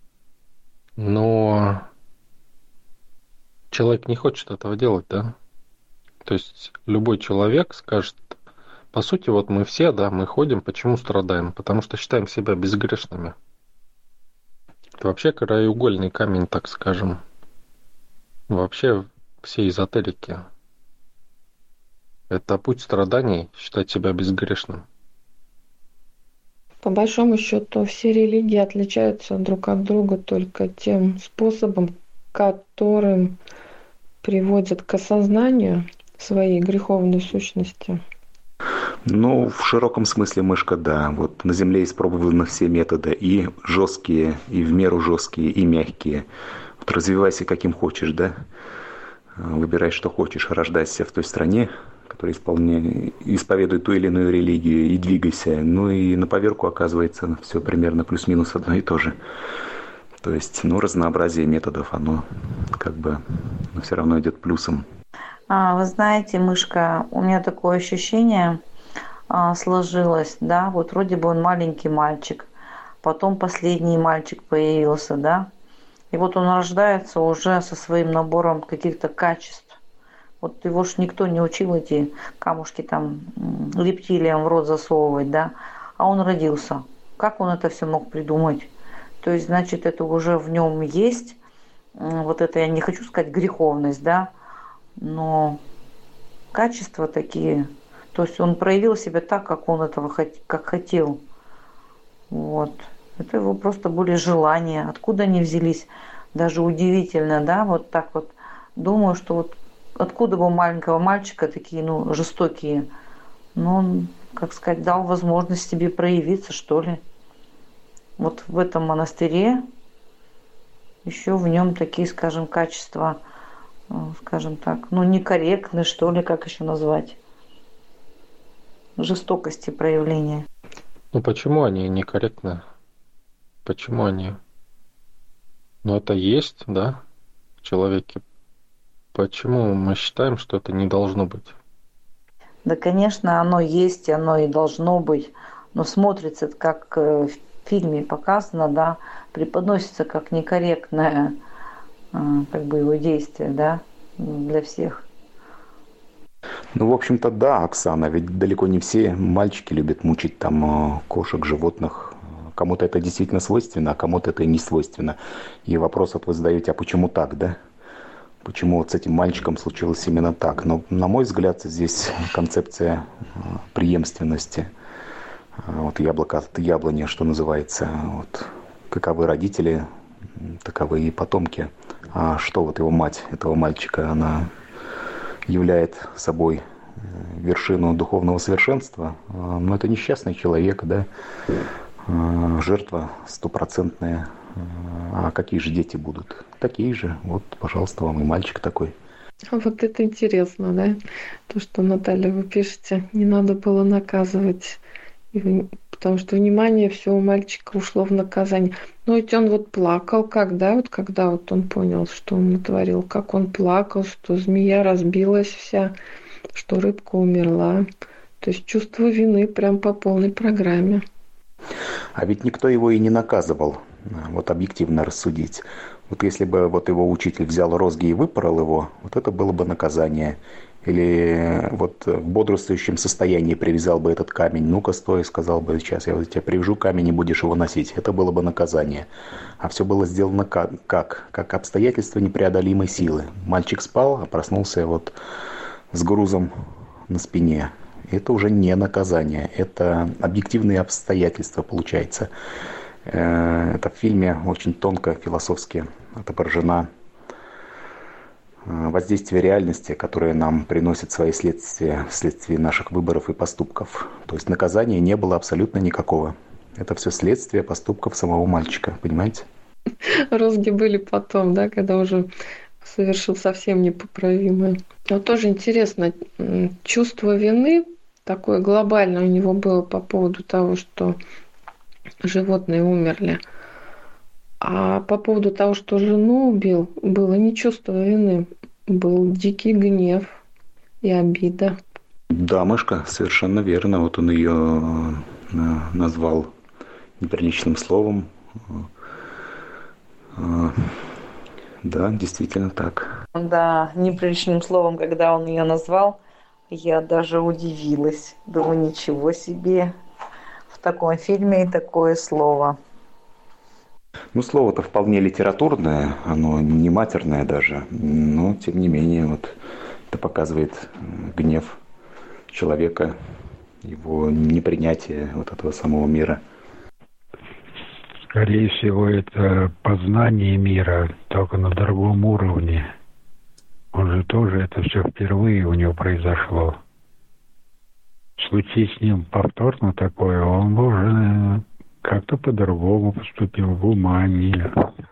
Но человек не хочет этого делать, да? То есть любой человек скажет, по сути, вот мы все, да, мы ходим, почему страдаем? Потому что считаем себя безгрешными. Это вообще краеугольный камень, так скажем. Вообще все эзотерики. Это путь страданий, считать себя безгрешным. По большому счету, все религии отличаются друг от друга только тем способом, которым приводят к осознанию своей греховной сущности. Ну, в широком смысле, мышка, да. Вот на Земле испробованы все методы, и жесткие, и в меру жесткие, и мягкие. Вот развивайся каким хочешь, да. Выбирай, что хочешь. Рождайся в той стране, которая исповедует ту или иную религию, и двигайся. Ну и на поверку оказывается все примерно плюс-минус одно и то же. То есть, ну, разнообразие методов, оно как бы все равно идет плюсом. Вы знаете, мышка, у меня такое ощущение сложилось, да, вот вроде бы он маленький мальчик, потом последний мальчик появился, да, и вот он рождается уже со своим набором каких-то качеств. Вот его ж никто не учил эти камушки там рептилиям в рот засовывать, да, а он родился. Как он это все мог придумать? То есть, значит, это уже в нем есть, вот это, я не хочу сказать греховность, да, но качества такие. То есть он проявил себя так, как он этого как хотел. Вот. Это его просто были желания. Откуда они взялись? Даже удивительно, да, вот так вот. Думаю, что вот откуда бы у маленького мальчика такие, ну, жестокие. Но он, как сказать, дал возможность себе проявиться, что ли. Вот в этом монастыре еще в нем такие, скажем, качества, скажем так, ну, некорректные, что ли, как еще назвать. Жестокости проявления. Ну почему они некорректны? Почему они? Ну это есть, да, в человеке. Почему мы считаем, что это не должно быть? Да, конечно, оно есть, оно и должно быть, но смотрится, как в фильме показано, да, преподносится как некорректное, как бы его действие, да, для всех. Ну, в общем-то, да, Оксана, ведь далеко не все мальчики любят мучить там кошек, животных. Кому-то это действительно свойственно, а кому-то это и не свойственно. И вопрос вот вы задаете, а почему так, да? Почему вот с этим мальчиком случилось именно так? Но, на мой взгляд, здесь концепция преемственности. Вот яблоко от яблони, что называется. Вот, каковы родители, таковы и потомки. А что вот его мать, этого мальчика, она являет собой вершину духовного совершенства, но это несчастный человек, да, жертва стопроцентная. А какие же дети будут? Такие же. Вот, пожалуйста, вам и мальчик такой. Вот это интересно, да? То, что, Наталья, вы пишете, не надо было наказывать, потому что внимание все у мальчика ушло в наказание. Но ведь он вот плакал, когда вот он понял, что он натворил, как он плакал, что змея разбилась вся, что рыбка умерла. То есть чувство вины прям по полной программе. А ведь никто его и не наказывал, вот объективно рассудить. Вот если бы вот его учитель взял розги и выпорол его, вот это было бы наказание. Или вот в бодрствующем состоянии привязал бы этот камень. Ну-ка, стой, сказал бы, сейчас я вот тебе привяжу камень и будешь его носить. Это было бы наказание. А все было сделано как? Как обстоятельства непреодолимой силы. Мальчик спал, а проснулся вот с грузом на спине. Это уже не наказание. Это объективные обстоятельства, получается. Это в фильме очень тонко, философски отображена воздействие реальности, которое нам приносит свои следствия вследствие наших выборов и поступков. То есть наказания не было абсолютно никакого. Это все следствие поступков самого мальчика, понимаете? Розги были потом, да, когда уже совершил совсем непоправимое. Но тоже интересно, чувство вины такое глобальное у него было по поводу того, что животные умерли. А по поводу того, что жену убил, было не чувство вины, был дикий гнев и обида. Да, мышка, совершенно верно. Вот он ее назвал неприличным словом. Да, действительно так. Да, неприличным словом, когда он ее назвал, я даже удивилась. Думаю, ничего себе, в таком фильме и такое слово. Ну, слово-то вполне литературное, оно не матерное даже, но, тем не менее, вот это показывает гнев человека, его непринятие вот этого самого мира. Скорее всего, это познание мира, только на другом уровне. Он же тоже, это все впервые у него произошло. Случись с ним повторно такое, он бы уже как-то по-другому поступил, в гуманнее.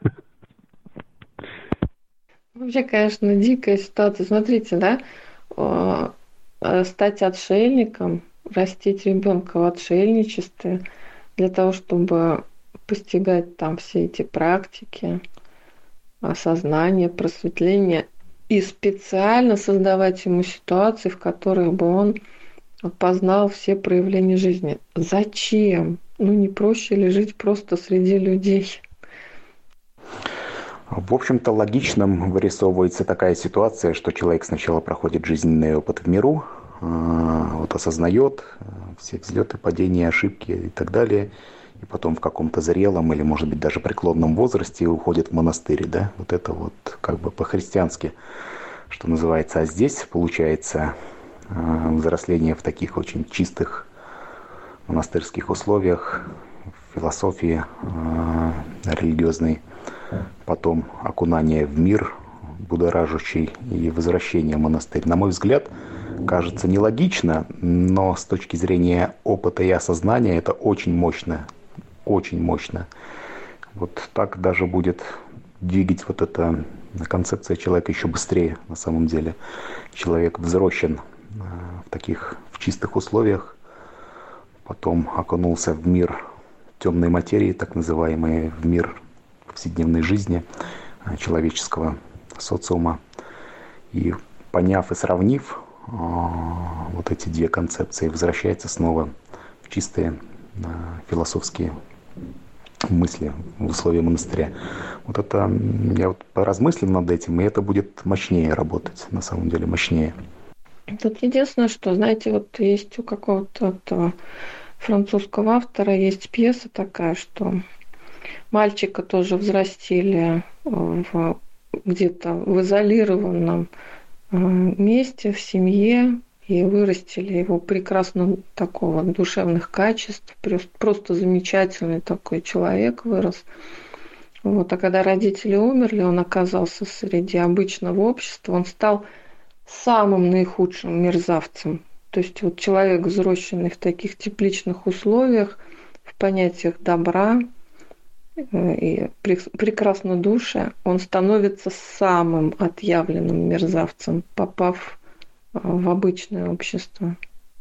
Вообще, конечно, дикая ситуация. Смотрите, да, стать отшельником, растить ребенка в отшельничестве для того, чтобы постигать там все эти практики, осознание, просветление, и специально создавать ему ситуации, в которых бы он познал все проявления жизни. Зачем? Ну, не проще ли жить просто среди людей? В общем-то, логичным вырисовывается такая ситуация, что человек сначала проходит жизненный опыт в миру, вот осознает все взлеты, падения, ошибки и так далее, и потом в каком-то зрелом или, может быть, даже преклонном возрасте уходит в монастырь, да, вот это вот как бы по-христиански, что называется. А здесь получается взросление в таких очень чистых монастырских условиях, философии религиозной, потом окунание в мир будоражащий и возвращение в монастырь. На мой взгляд, кажется нелогично, но с точки зрения опыта и осознания это очень мощно. Очень мощно. Вот так даже будет двигать вот эта концепция человека еще быстрее на самом деле. Человек взросшен в чистых условиях, потом окунулся в мир темной материи, так называемый, в мир повседневной жизни человеческого социума. И поняв и сравнив вот эти две концепции, возвращается снова в чистые философские мысли в условиях монастыря. Вот это, я вот поразмыслил над этим, и это будет мощнее работать, на самом деле, мощнее. Тут единственное, что, знаете, вот есть у какого-то французского автора есть пьеса такая, что мальчика тоже взрастили где-то в изолированном месте, в семье, и вырастили его прекрасно такого душевных качеств, просто замечательный такой человек вырос. Вот. А когда родители умерли, он оказался среди обычного общества, он стал самым наихудшим мерзавцем. То есть вот человек, взросшенный в таких тепличных условиях, в понятиях добра и прекраснодушия, он становится самым отъявленным мерзавцем, попав в обычное общество.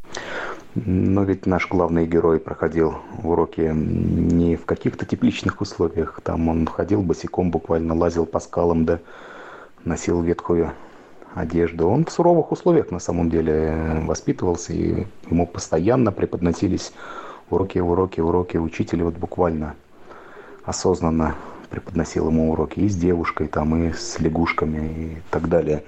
Но ведь наш главный герой проходил уроки не в каких-то тепличных условиях. Там он ходил босиком, буквально лазил по скалам, да, носил ветхую одежду. Он в суровых условиях на самом деле воспитывался, и ему постоянно преподносились уроки. Учитель вот буквально осознанно преподносил ему уроки и с девушкой, там, и с лягушками и так далее.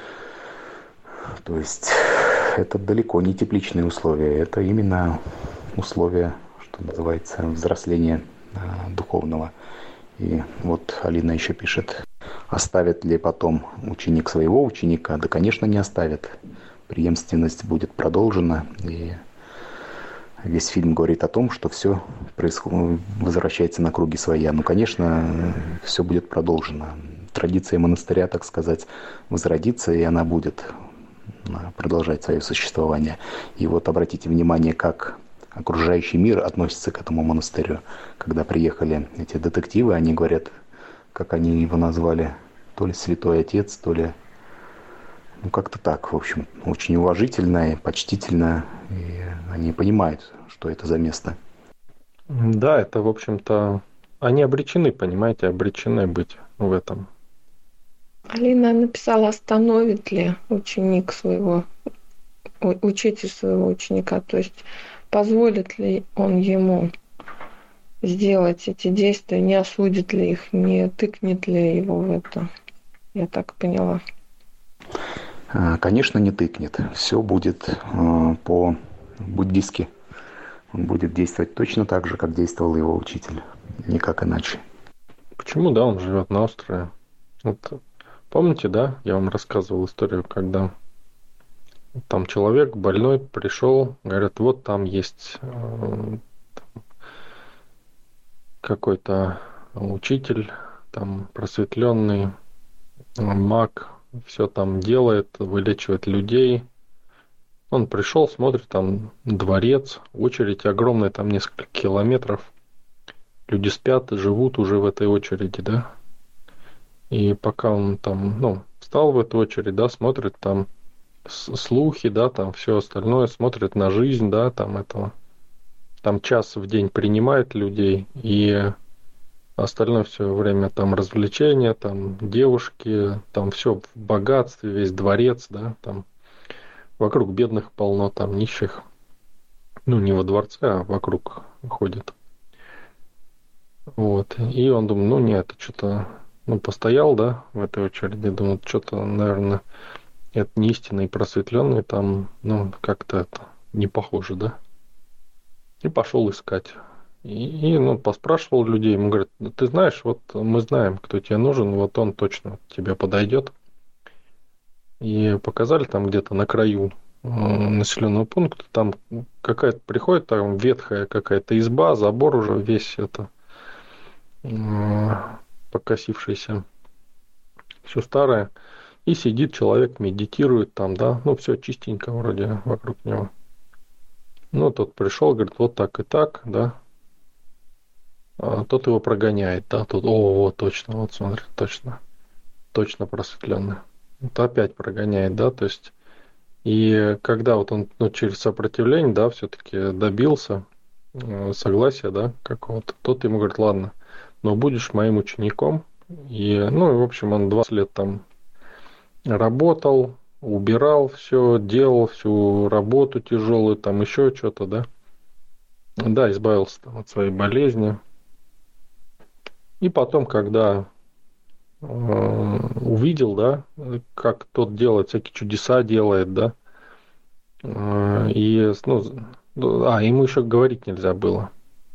То есть это далеко не тепличные условия, это именно условия, что называется, взросления духовного. И вот Алина еще пишет, оставит ли потом ученик своего ученика? Да, конечно, не оставит. Преемственность будет продолжена, и весь фильм говорит о том, что все возвращается на круги своя. Ну, конечно, все будет продолжено. Традиция монастыря, так сказать, возродится, и она будет продолжать свое существование. И вот обратите внимание, как окружающий мир относится к этому монастырю. Когда приехали эти детективы, они говорят, как они его назвали, то ли святой отец, то ли... Ну, как-то так, в общем, очень уважительно и почтительно. И они понимают, что это за место. Да, это, в общем-то, они обречены, понимаете, обречены быть в этом. Алина написала, остановит ли ученик своего, учитель своего ученика, то есть позволит ли он ему сделать эти действия, не осудит ли их, не тыкнет ли его в это. Я так поняла. Конечно, не тыкнет. Все будет по-буддистски. Он будет действовать точно так же, как действовал его учитель. Никак иначе. Почему, да, он живет на острове? Вот, помните, да, я вам рассказывал историю, когда там человек больной пришел, говорят, вот там есть какой-то учитель, там просветленный маг, все там делает, вылечивает людей. Он пришел, смотрит, там дворец, очередь огромная, там несколько километров. Люди спят, живут уже в этой очереди, да. И пока он там, встал в эту очередь, да, смотрит там слухи, да, там все остальное, смотрит на жизнь, да, там этого. Там час в день принимает людей, и остальное все время там развлечения, там девушки, там все в богатстве, весь дворец, да, там вокруг бедных полно, там нищих. Не во дворце, а вокруг ходят. Вот. И он думает, нет, это что-то, постоял, да, в этой очереди, думает, что-то, наверное, это не истинный просветленный, там, как-то это не похоже, да. И пошел искать. И поспрашивал людей, ему говорят, ты знаешь, вот мы знаем, кто тебе нужен, вот он точно тебе подойдет. И показали там где-то на краю населенного пункта, там какая-то приходит, там ветхая какая-то изба, забор уже весь это покосившийся, все старое, и сидит человек, медитирует там, да, все чистенько вроде вокруг него. Тот пришел, говорит, вот так и так, да. Тот его прогоняет, да, тут, точно, вот смотри, точно просветленный. Опять прогоняет, да, то есть, и когда вот он, через сопротивление, да, все-таки добился согласия, да, какого-то, тот ему говорит, ладно, но будешь моим учеником, и, в общем, он 20 лет там работал, убирал все, делал всю работу тяжелую, там еще что-то, да, избавился там от своей болезни. И потом, когда увидел, да, как тот делает, всякие чудеса делает, да, и, ему еще говорить нельзя было.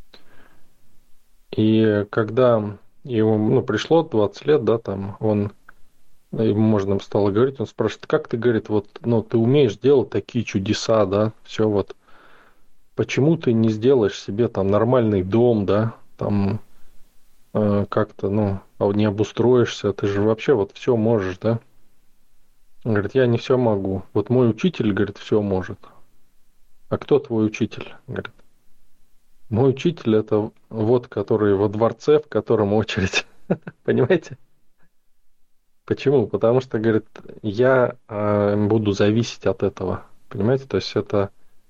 И когда ему, пришло 20 лет, да, там, ему можно стало говорить, он спрашивает, как ты, говорит, вот, ты умеешь делать такие чудеса, да, все вот, почему ты не сделаешь себе там нормальный дом, да, там, как-то, не обустроишься, ты же вообще вот все можешь, да? Он говорит, я не все могу. Вот мой учитель, говорит, все может. А кто твой учитель? Говорит, мой учитель это вот, который во дворце, в котором очередь. Понимаете? Почему? Потому что, говорит, я буду зависеть от этого. Понимаете? То есть это...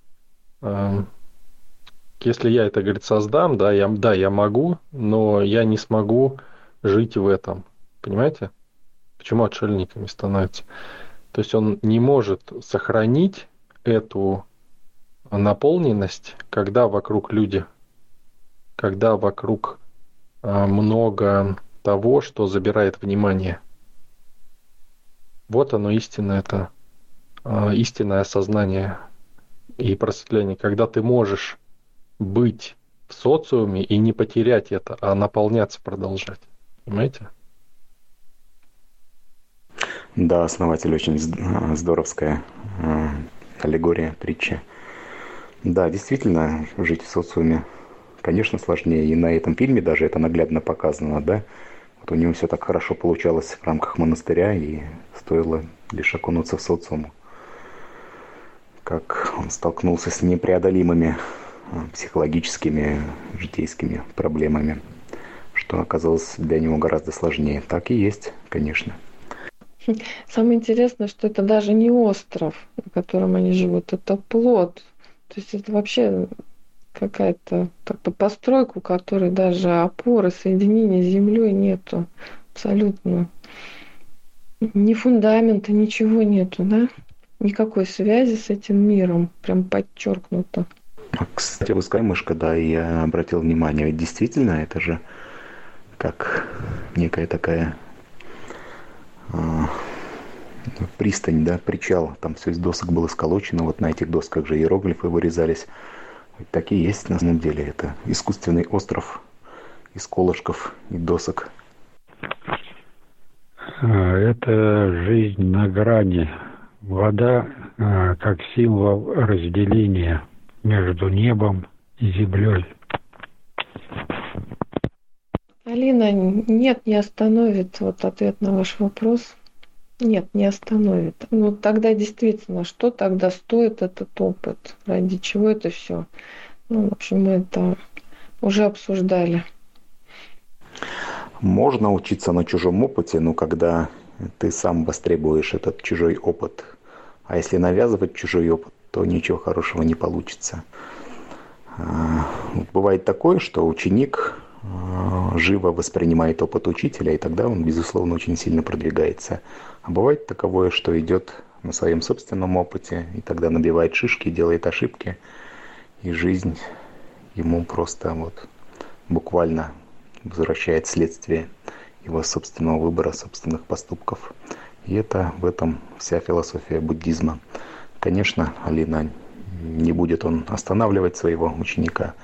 Если я это, говорит, создам, я могу, но я не смогу жить в этом. Понимаете? Почему отшельниками становятся? То есть он не может сохранить эту наполненность, когда вокруг люди, когда вокруг много того, что забирает внимание. Вот оно истинное, это истинное осознание и просветление, когда ты можешь быть в социуме и не потерять это, а наполняться продолжать. Понимаете? Да, основатель, очень здоровская аллегория, притча. Да, действительно, жить в социуме, конечно, сложнее. И на этом фильме даже это наглядно показано, да. Вот у него все так хорошо получалось в рамках монастыря, и стоило лишь окунуться в социум. Как он столкнулся с непреодолимыми психологическими, житейскими проблемами, что оказалось для него гораздо сложнее. Так и есть, конечно. Самое интересное, что это даже не остров, на котором они живут, это плот. То есть это вообще какая-то постройка, у которой даже опоры, соединения с землей нету. Абсолютно. Ни фундамента, ничего нету, да? Никакой связи с этим миром, прям подчеркнуто. Кстати, русская мышка, да, я обратил внимание, ведь действительно это же как некая такая пристань, да, причал, там все из досок было сколочено, вот на этих досках же иероглифы вырезались. Вот такие есть на самом деле, это искусственный остров из колышков и досок. Это жизнь на грани. Вода как символ разделения между небом и землей. Алина, нет, не остановит. Вот ответ на ваш вопрос. Нет, не остановит. Ну, тогда действительно, что тогда стоит этот опыт? Ради чего это все? Ну, в общем, мы это уже обсуждали. Можно учиться на чужом опыте, но когда ты сам востребуешь этот чужой опыт. А если навязывать чужой опыт, то ничего хорошего не получится. Бывает такое, что ученик живо воспринимает опыт учителя, и тогда он, безусловно, очень сильно продвигается. А бывает таковое, что идет на своем собственном опыте, и тогда набивает шишки, делает ошибки, и жизнь ему просто вот буквально возвращает следствие его собственного выбора, собственных поступков. И это в этом вся философия буддизма. Конечно, Алина, не будет он останавливать своего ученика.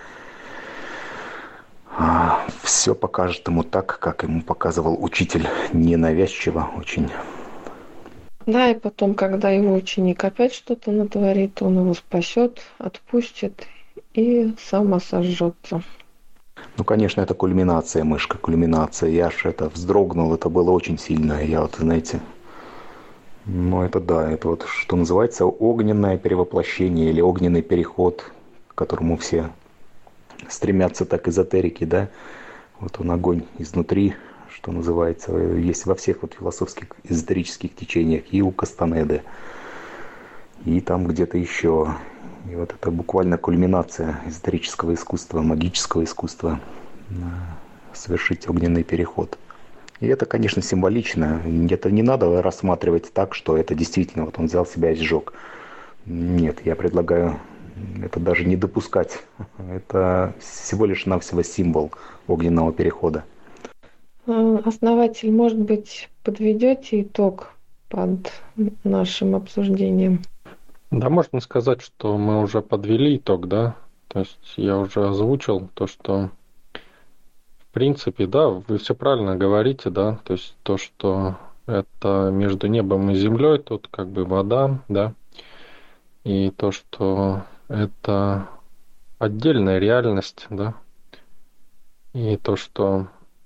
Все покажет ему так, как ему показывал учитель, ненавязчиво очень. Да, и потом, когда его ученик опять что-то натворит, он его спасет, отпустит и самосожжется. Ну, конечно, это кульминация, мышка, кульминация. Я аж это вздрогнул, это было очень сильно. Я вот, знаете, ну это да, это вот что называется огненное перевоплощение или огненный переход, к которому все стремятся так эзотерики, да. Вот он огонь изнутри, что называется, есть во всех вот философских эзотерических течениях, и у Кастанеды, и там где-то еще. И вот это буквально кульминация эзотерического искусства, магического искусства, совершить огненный переход. И это, конечно, символично. Это не надо рассматривать так, что это действительно вот он взял себя и сжег. Нет, я предлагаю это даже не допускать. Это всего лишь навсего символ огненного перехода. Основатель, может быть, подведете итог под нашим обсуждением? Да, можно сказать, что мы уже подвели итог, да. То есть я уже озвучил то, что в принципе, да, вы все правильно говорите, да. То есть то, что это между небом и землей, тут как бы вода, да. И то, что это отдельная реальность, да. И то, что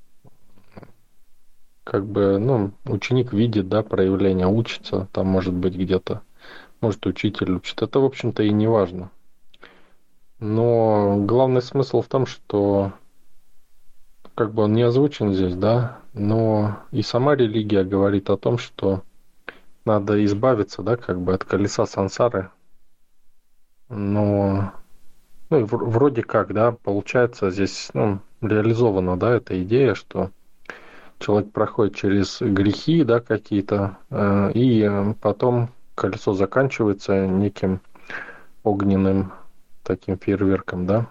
как бы, ну, ученик видит, да, проявление, учится, там может быть где-то, может учитель учит. Это, в общем-то, и не важно. Но главный смысл в том, что как бы он не озвучен здесь, да, но и сама религия говорит о том, что надо избавиться, да, как бы от колеса сансары. Но, ну, и вроде как, да, получается здесь, ну, реализована, да, эта идея, что человек проходит через грехи, да, какие-то, и потом колесо заканчивается неким огненным таким фейерверком, да.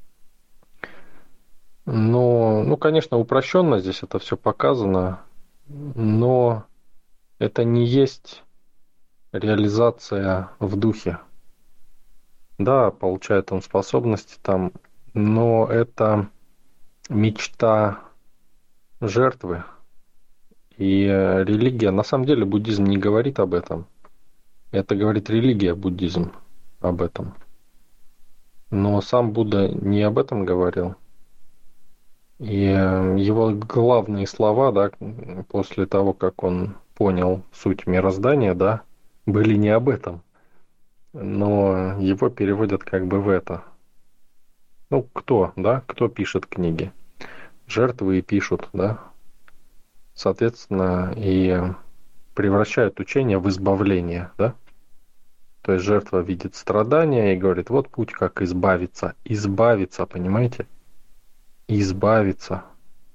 Но, ну, конечно, упрощенно здесь это все показано, но это не есть реализация в духе. Да, получает он способности там, но это мечта жертвы. И религия, на самом деле буддизм не говорит об этом. Это говорит религия, буддизм об этом. Но сам Будда не об этом говорил. И его главные слова, да, после того, как он понял суть мироздания, да, были не об этом. Но его переводят как бы в это. Ну, кто, да, кто пишет книги? Жертвы и пишут, да. Соответственно, и превращают учение в избавление, да. То есть жертва видит страдания и говорит, вот путь, как избавиться. Избавиться, понимаете? Избавиться.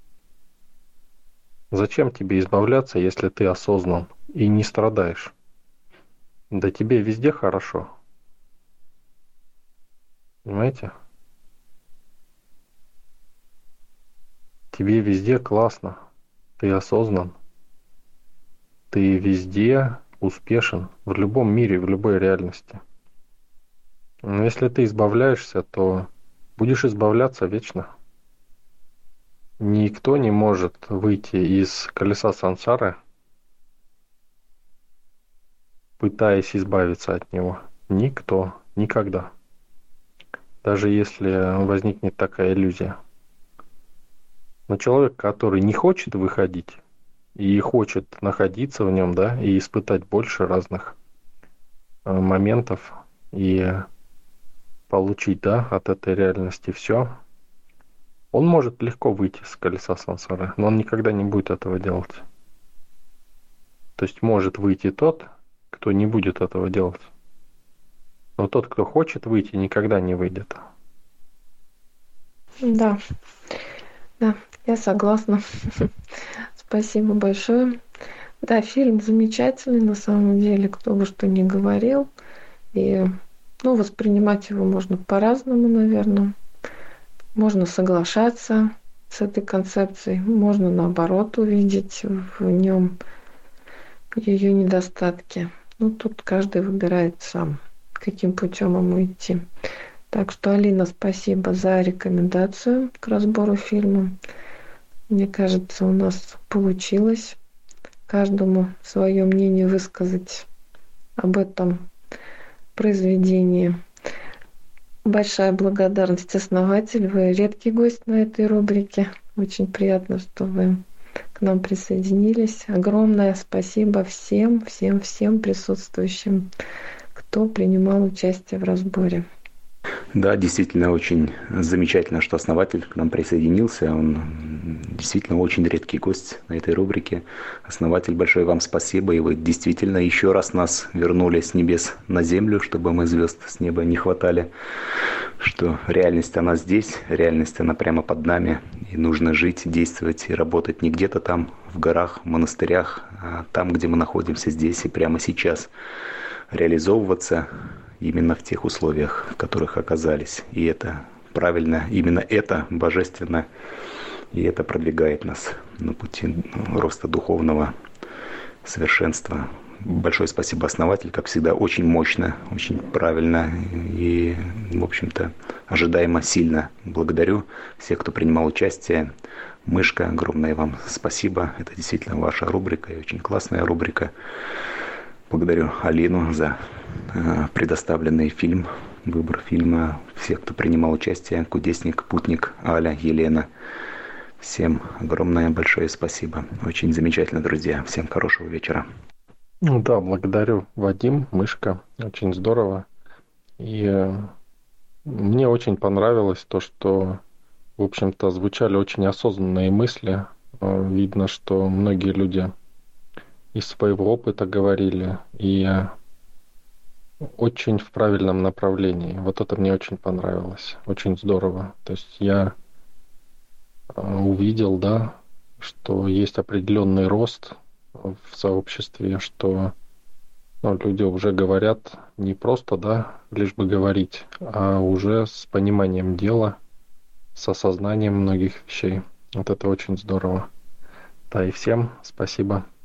Зачем тебе избавляться, если ты осознан и не страдаешь? Да тебе везде хорошо. Понимаете? Тебе везде классно. Ты осознан. Ты везде успешен. В любом мире, в любой реальности. Но если ты избавляешься, то будешь избавляться вечно. Никто не может выйти из колеса сансары, пытаясь избавиться от него. Никто. Никогда. Даже если возникнет такая иллюзия. Но человек, который не хочет выходить и хочет находиться в нем, да, и испытать больше разных моментов и получить, да, от этой реальности все, он может легко выйти с колеса сансары, но он никогда не будет этого делать. То есть может выйти тот, кто не будет этого делать. Но тот, кто хочет выйти, никогда не выйдет. Да, да, я согласна. Спасибо большое. Да, фильм замечательный на самом деле, кто бы что ни говорил. И, ну, воспринимать его можно по-разному, наверное. Можно соглашаться с этой концепцией, можно наоборот увидеть в нем ее недостатки. Ну, тут каждый выбирает сам, каким путем ему идти. Так что, Алина, спасибо за рекомендацию к разбору фильма. Мне кажется, у нас получилось каждому свое мнение высказать об этом произведении. Большая благодарность, основатель. Вы редкий гость на этой рубрике. Очень приятно, что вы к нам присоединились. Огромное спасибо всем присутствующим, кто принимал участие в разборе. Да, действительно очень замечательно, что основатель к нам присоединился. Он действительно очень редкий гость на этой рубрике. Основатель, большое вам спасибо. И вы действительно еще раз нас вернули с небес на землю, чтобы мы звезд с неба не хватали. Что реальность она здесь, реальность она прямо под нами. И нужно жить, действовать и работать не где-то там, в горах, в монастырях, а там, где мы находимся здесь и прямо сейчас. Реализовываться именно в тех условиях, в которых оказались. И это правильно, именно это божественно, и это продвигает нас на пути роста духовного совершенства. Большое спасибо, основатель, как всегда, очень мощно, очень правильно и, в общем-то, ожидаемо сильно. Благодарю всех, кто принимал участие. Мышка, огромное вам спасибо. Это действительно ваша рубрика и очень классная рубрика. Благодарю Алину за предоставленный фильм, выбор фильма, всех, кто принимал участие, Кудесник, Путник, Аля, Елена. Всем огромное большое спасибо. Очень замечательно, друзья. Всем хорошего вечера. Ну да, благодарю, Вадим, Мышка. Очень здорово. И мне очень понравилось то, что, в общем-то, звучали очень осознанные мысли. Видно, что многие люди из своего опыта говорили, и очень в правильном направлении. Вот это мне очень понравилось, очень здорово. То есть я увидел, да, что есть определенный рост в сообществе, что люди уже говорят не просто, да, лишь бы говорить, а уже с пониманием дела, с осознанием многих вещей. Вот это очень здорово. Да, и всем спасибо.